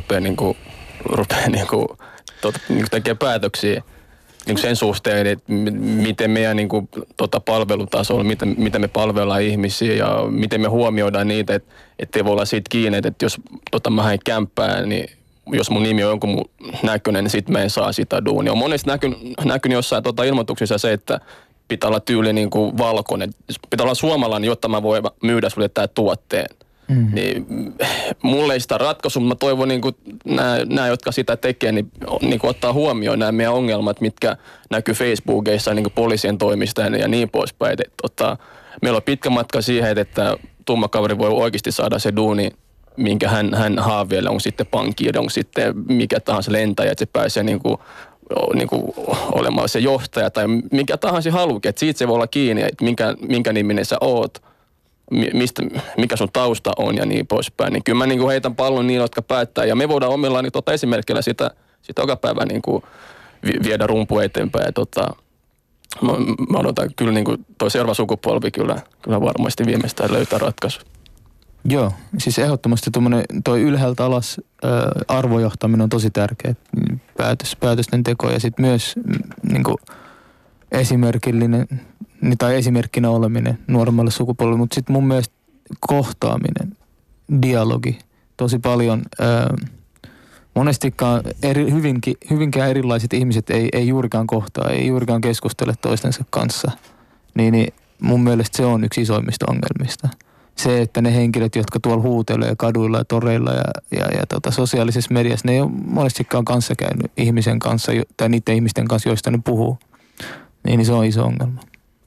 rupeaa tekee päätöksiä sen suhteen, että miten meidän palvelutasolla, miten me palvellaan ihmisiä ja miten me huomioidaan niitä, ettei voi olla siitä kiinni, että jos mä haen kämppään, niin jos mun nimi on jonkun mun näköinen, niin sit mä en saa sitä duunia. On monesti näkynyt jossain ilmoituksissa se, että pitää olla tyyli valkoinen. Pitää olla suomalainen, jotta mä voin myydä sulle tämän tuotteen. Niin mulle ei sitä ratkaisua, mutta mä toivon nämä, jotka sitä tekee, niin ottaa huomioon nämä meidän ongelmat, mitkä näkyy Facebookissa poliisien toimista ja niin poispäin. Meillä on pitkä matka siihen, että tumma kaveri voi oikeasti saada se duuni, minkä hän haaveilee, on sitten pankkiiri, on sitten mikä tahansa lentäjä, että se pääsee niin kuin olemaan se johtaja tai mikä tahansa haluukin. Että siitä se voi olla kiinni, että minkä niminen sä oot, mikä sun tausta on ja niin poispäin. Niin kyllä mä niin kuin heitän pallon niille, jotka päättää. Ja me voidaan omillaan niin esimerkillä sitä joka päivä niin kuin viedä rumpu eteenpäin. Ja mä odotan kyllä niin kuin toi seuraava sukupolvi kyllä varmasti viimeistään löytää ratkaisu. Joo, siis ehdottomasti toi ylhäältä alas arvojohtaminen on tosi tärkeä päätösten teko ja sitten myös niin kuin esimerkillinen tai esimerkkinä oleminen nuoremmalle sukupolvelle, mutta sitten mun mielestä kohtaaminen, dialogi, tosi paljon, monestikaan hyvinkään erilaiset ihmiset ei juurikaan kohtaa, ei juurikaan keskustele toistensa kanssa, niin mun mielestä se on yksi isoimmista ongelmista. Se, että ne henkilöt, jotka tuolla huutelee kaduilla ja toreilla ja sosiaalisessa mediassa, ne ei ole monestikaan kanssa käynyt ihmisen kanssa tai niiden ihmisten kanssa, joista ne puhuu. Niin se on iso ongelma.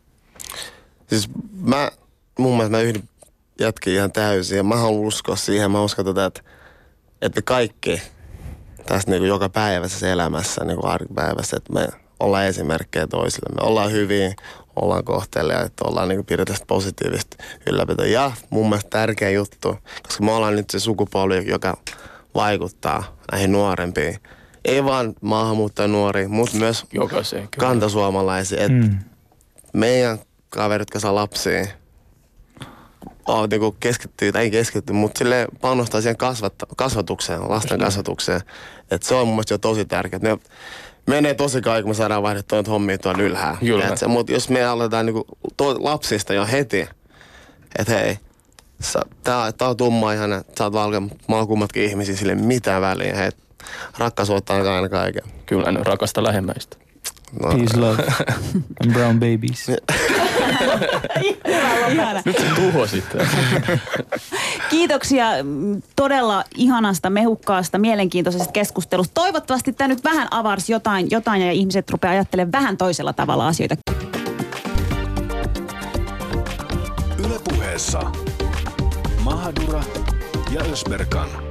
Siis mun mielestä mä yhdyn jätkin ihan täysin ja mä haluan uskoa siihen. Mä uskon että kaikki tässä niinku joka päivässä elämässä, niinku arkipäivässä, että me ollaan esimerkkejä toisille. Me ollaan hyviä, ollaan kohteleja, että ollaan niinku pidetään positiivista ylläpitoa. Ja mun mielestä tärkeä juttu, koska me ollaan nyt se sukupolvi, joka vaikuttaa näihin nuorempiin. Ei vaan maahanmuuttajanuoriin, mutta myös kantasuomalaisiin. Meidän kaverit, jotka saa lapsia, niinku ei keskittyy, mutta silleen panostaa siihen kasvatukseen, lasten kasvatukseen. Että se on mun mielestä jo tosi tärkeää. Ne menee tosi kauan, kun me saadaan vaihdettua hommia tuolla ylhäällä. Mutta jos me aletaan niinku lapsista jo heti, että hei, tää on tumma ihan, sä oot valkea, mä oon kummatkin ihmisiä, sille mitään väliä. Hei, rakkaus ottaa aina kaiken. Kyllä, rakasta lähemmäistä. No. Peace, love and brown babies. Nyt se tuhosit. Kiitoksia todella ihanasta, mehukkaasta, mielenkiintoisesta keskustelusta. Toivottavasti tämä nyt vähän avarsi jotain ja ihmiset rupeaa ajattelemaan vähän toisella tavalla asioita. Yle Puheessa Mahadura ja Ösberkan.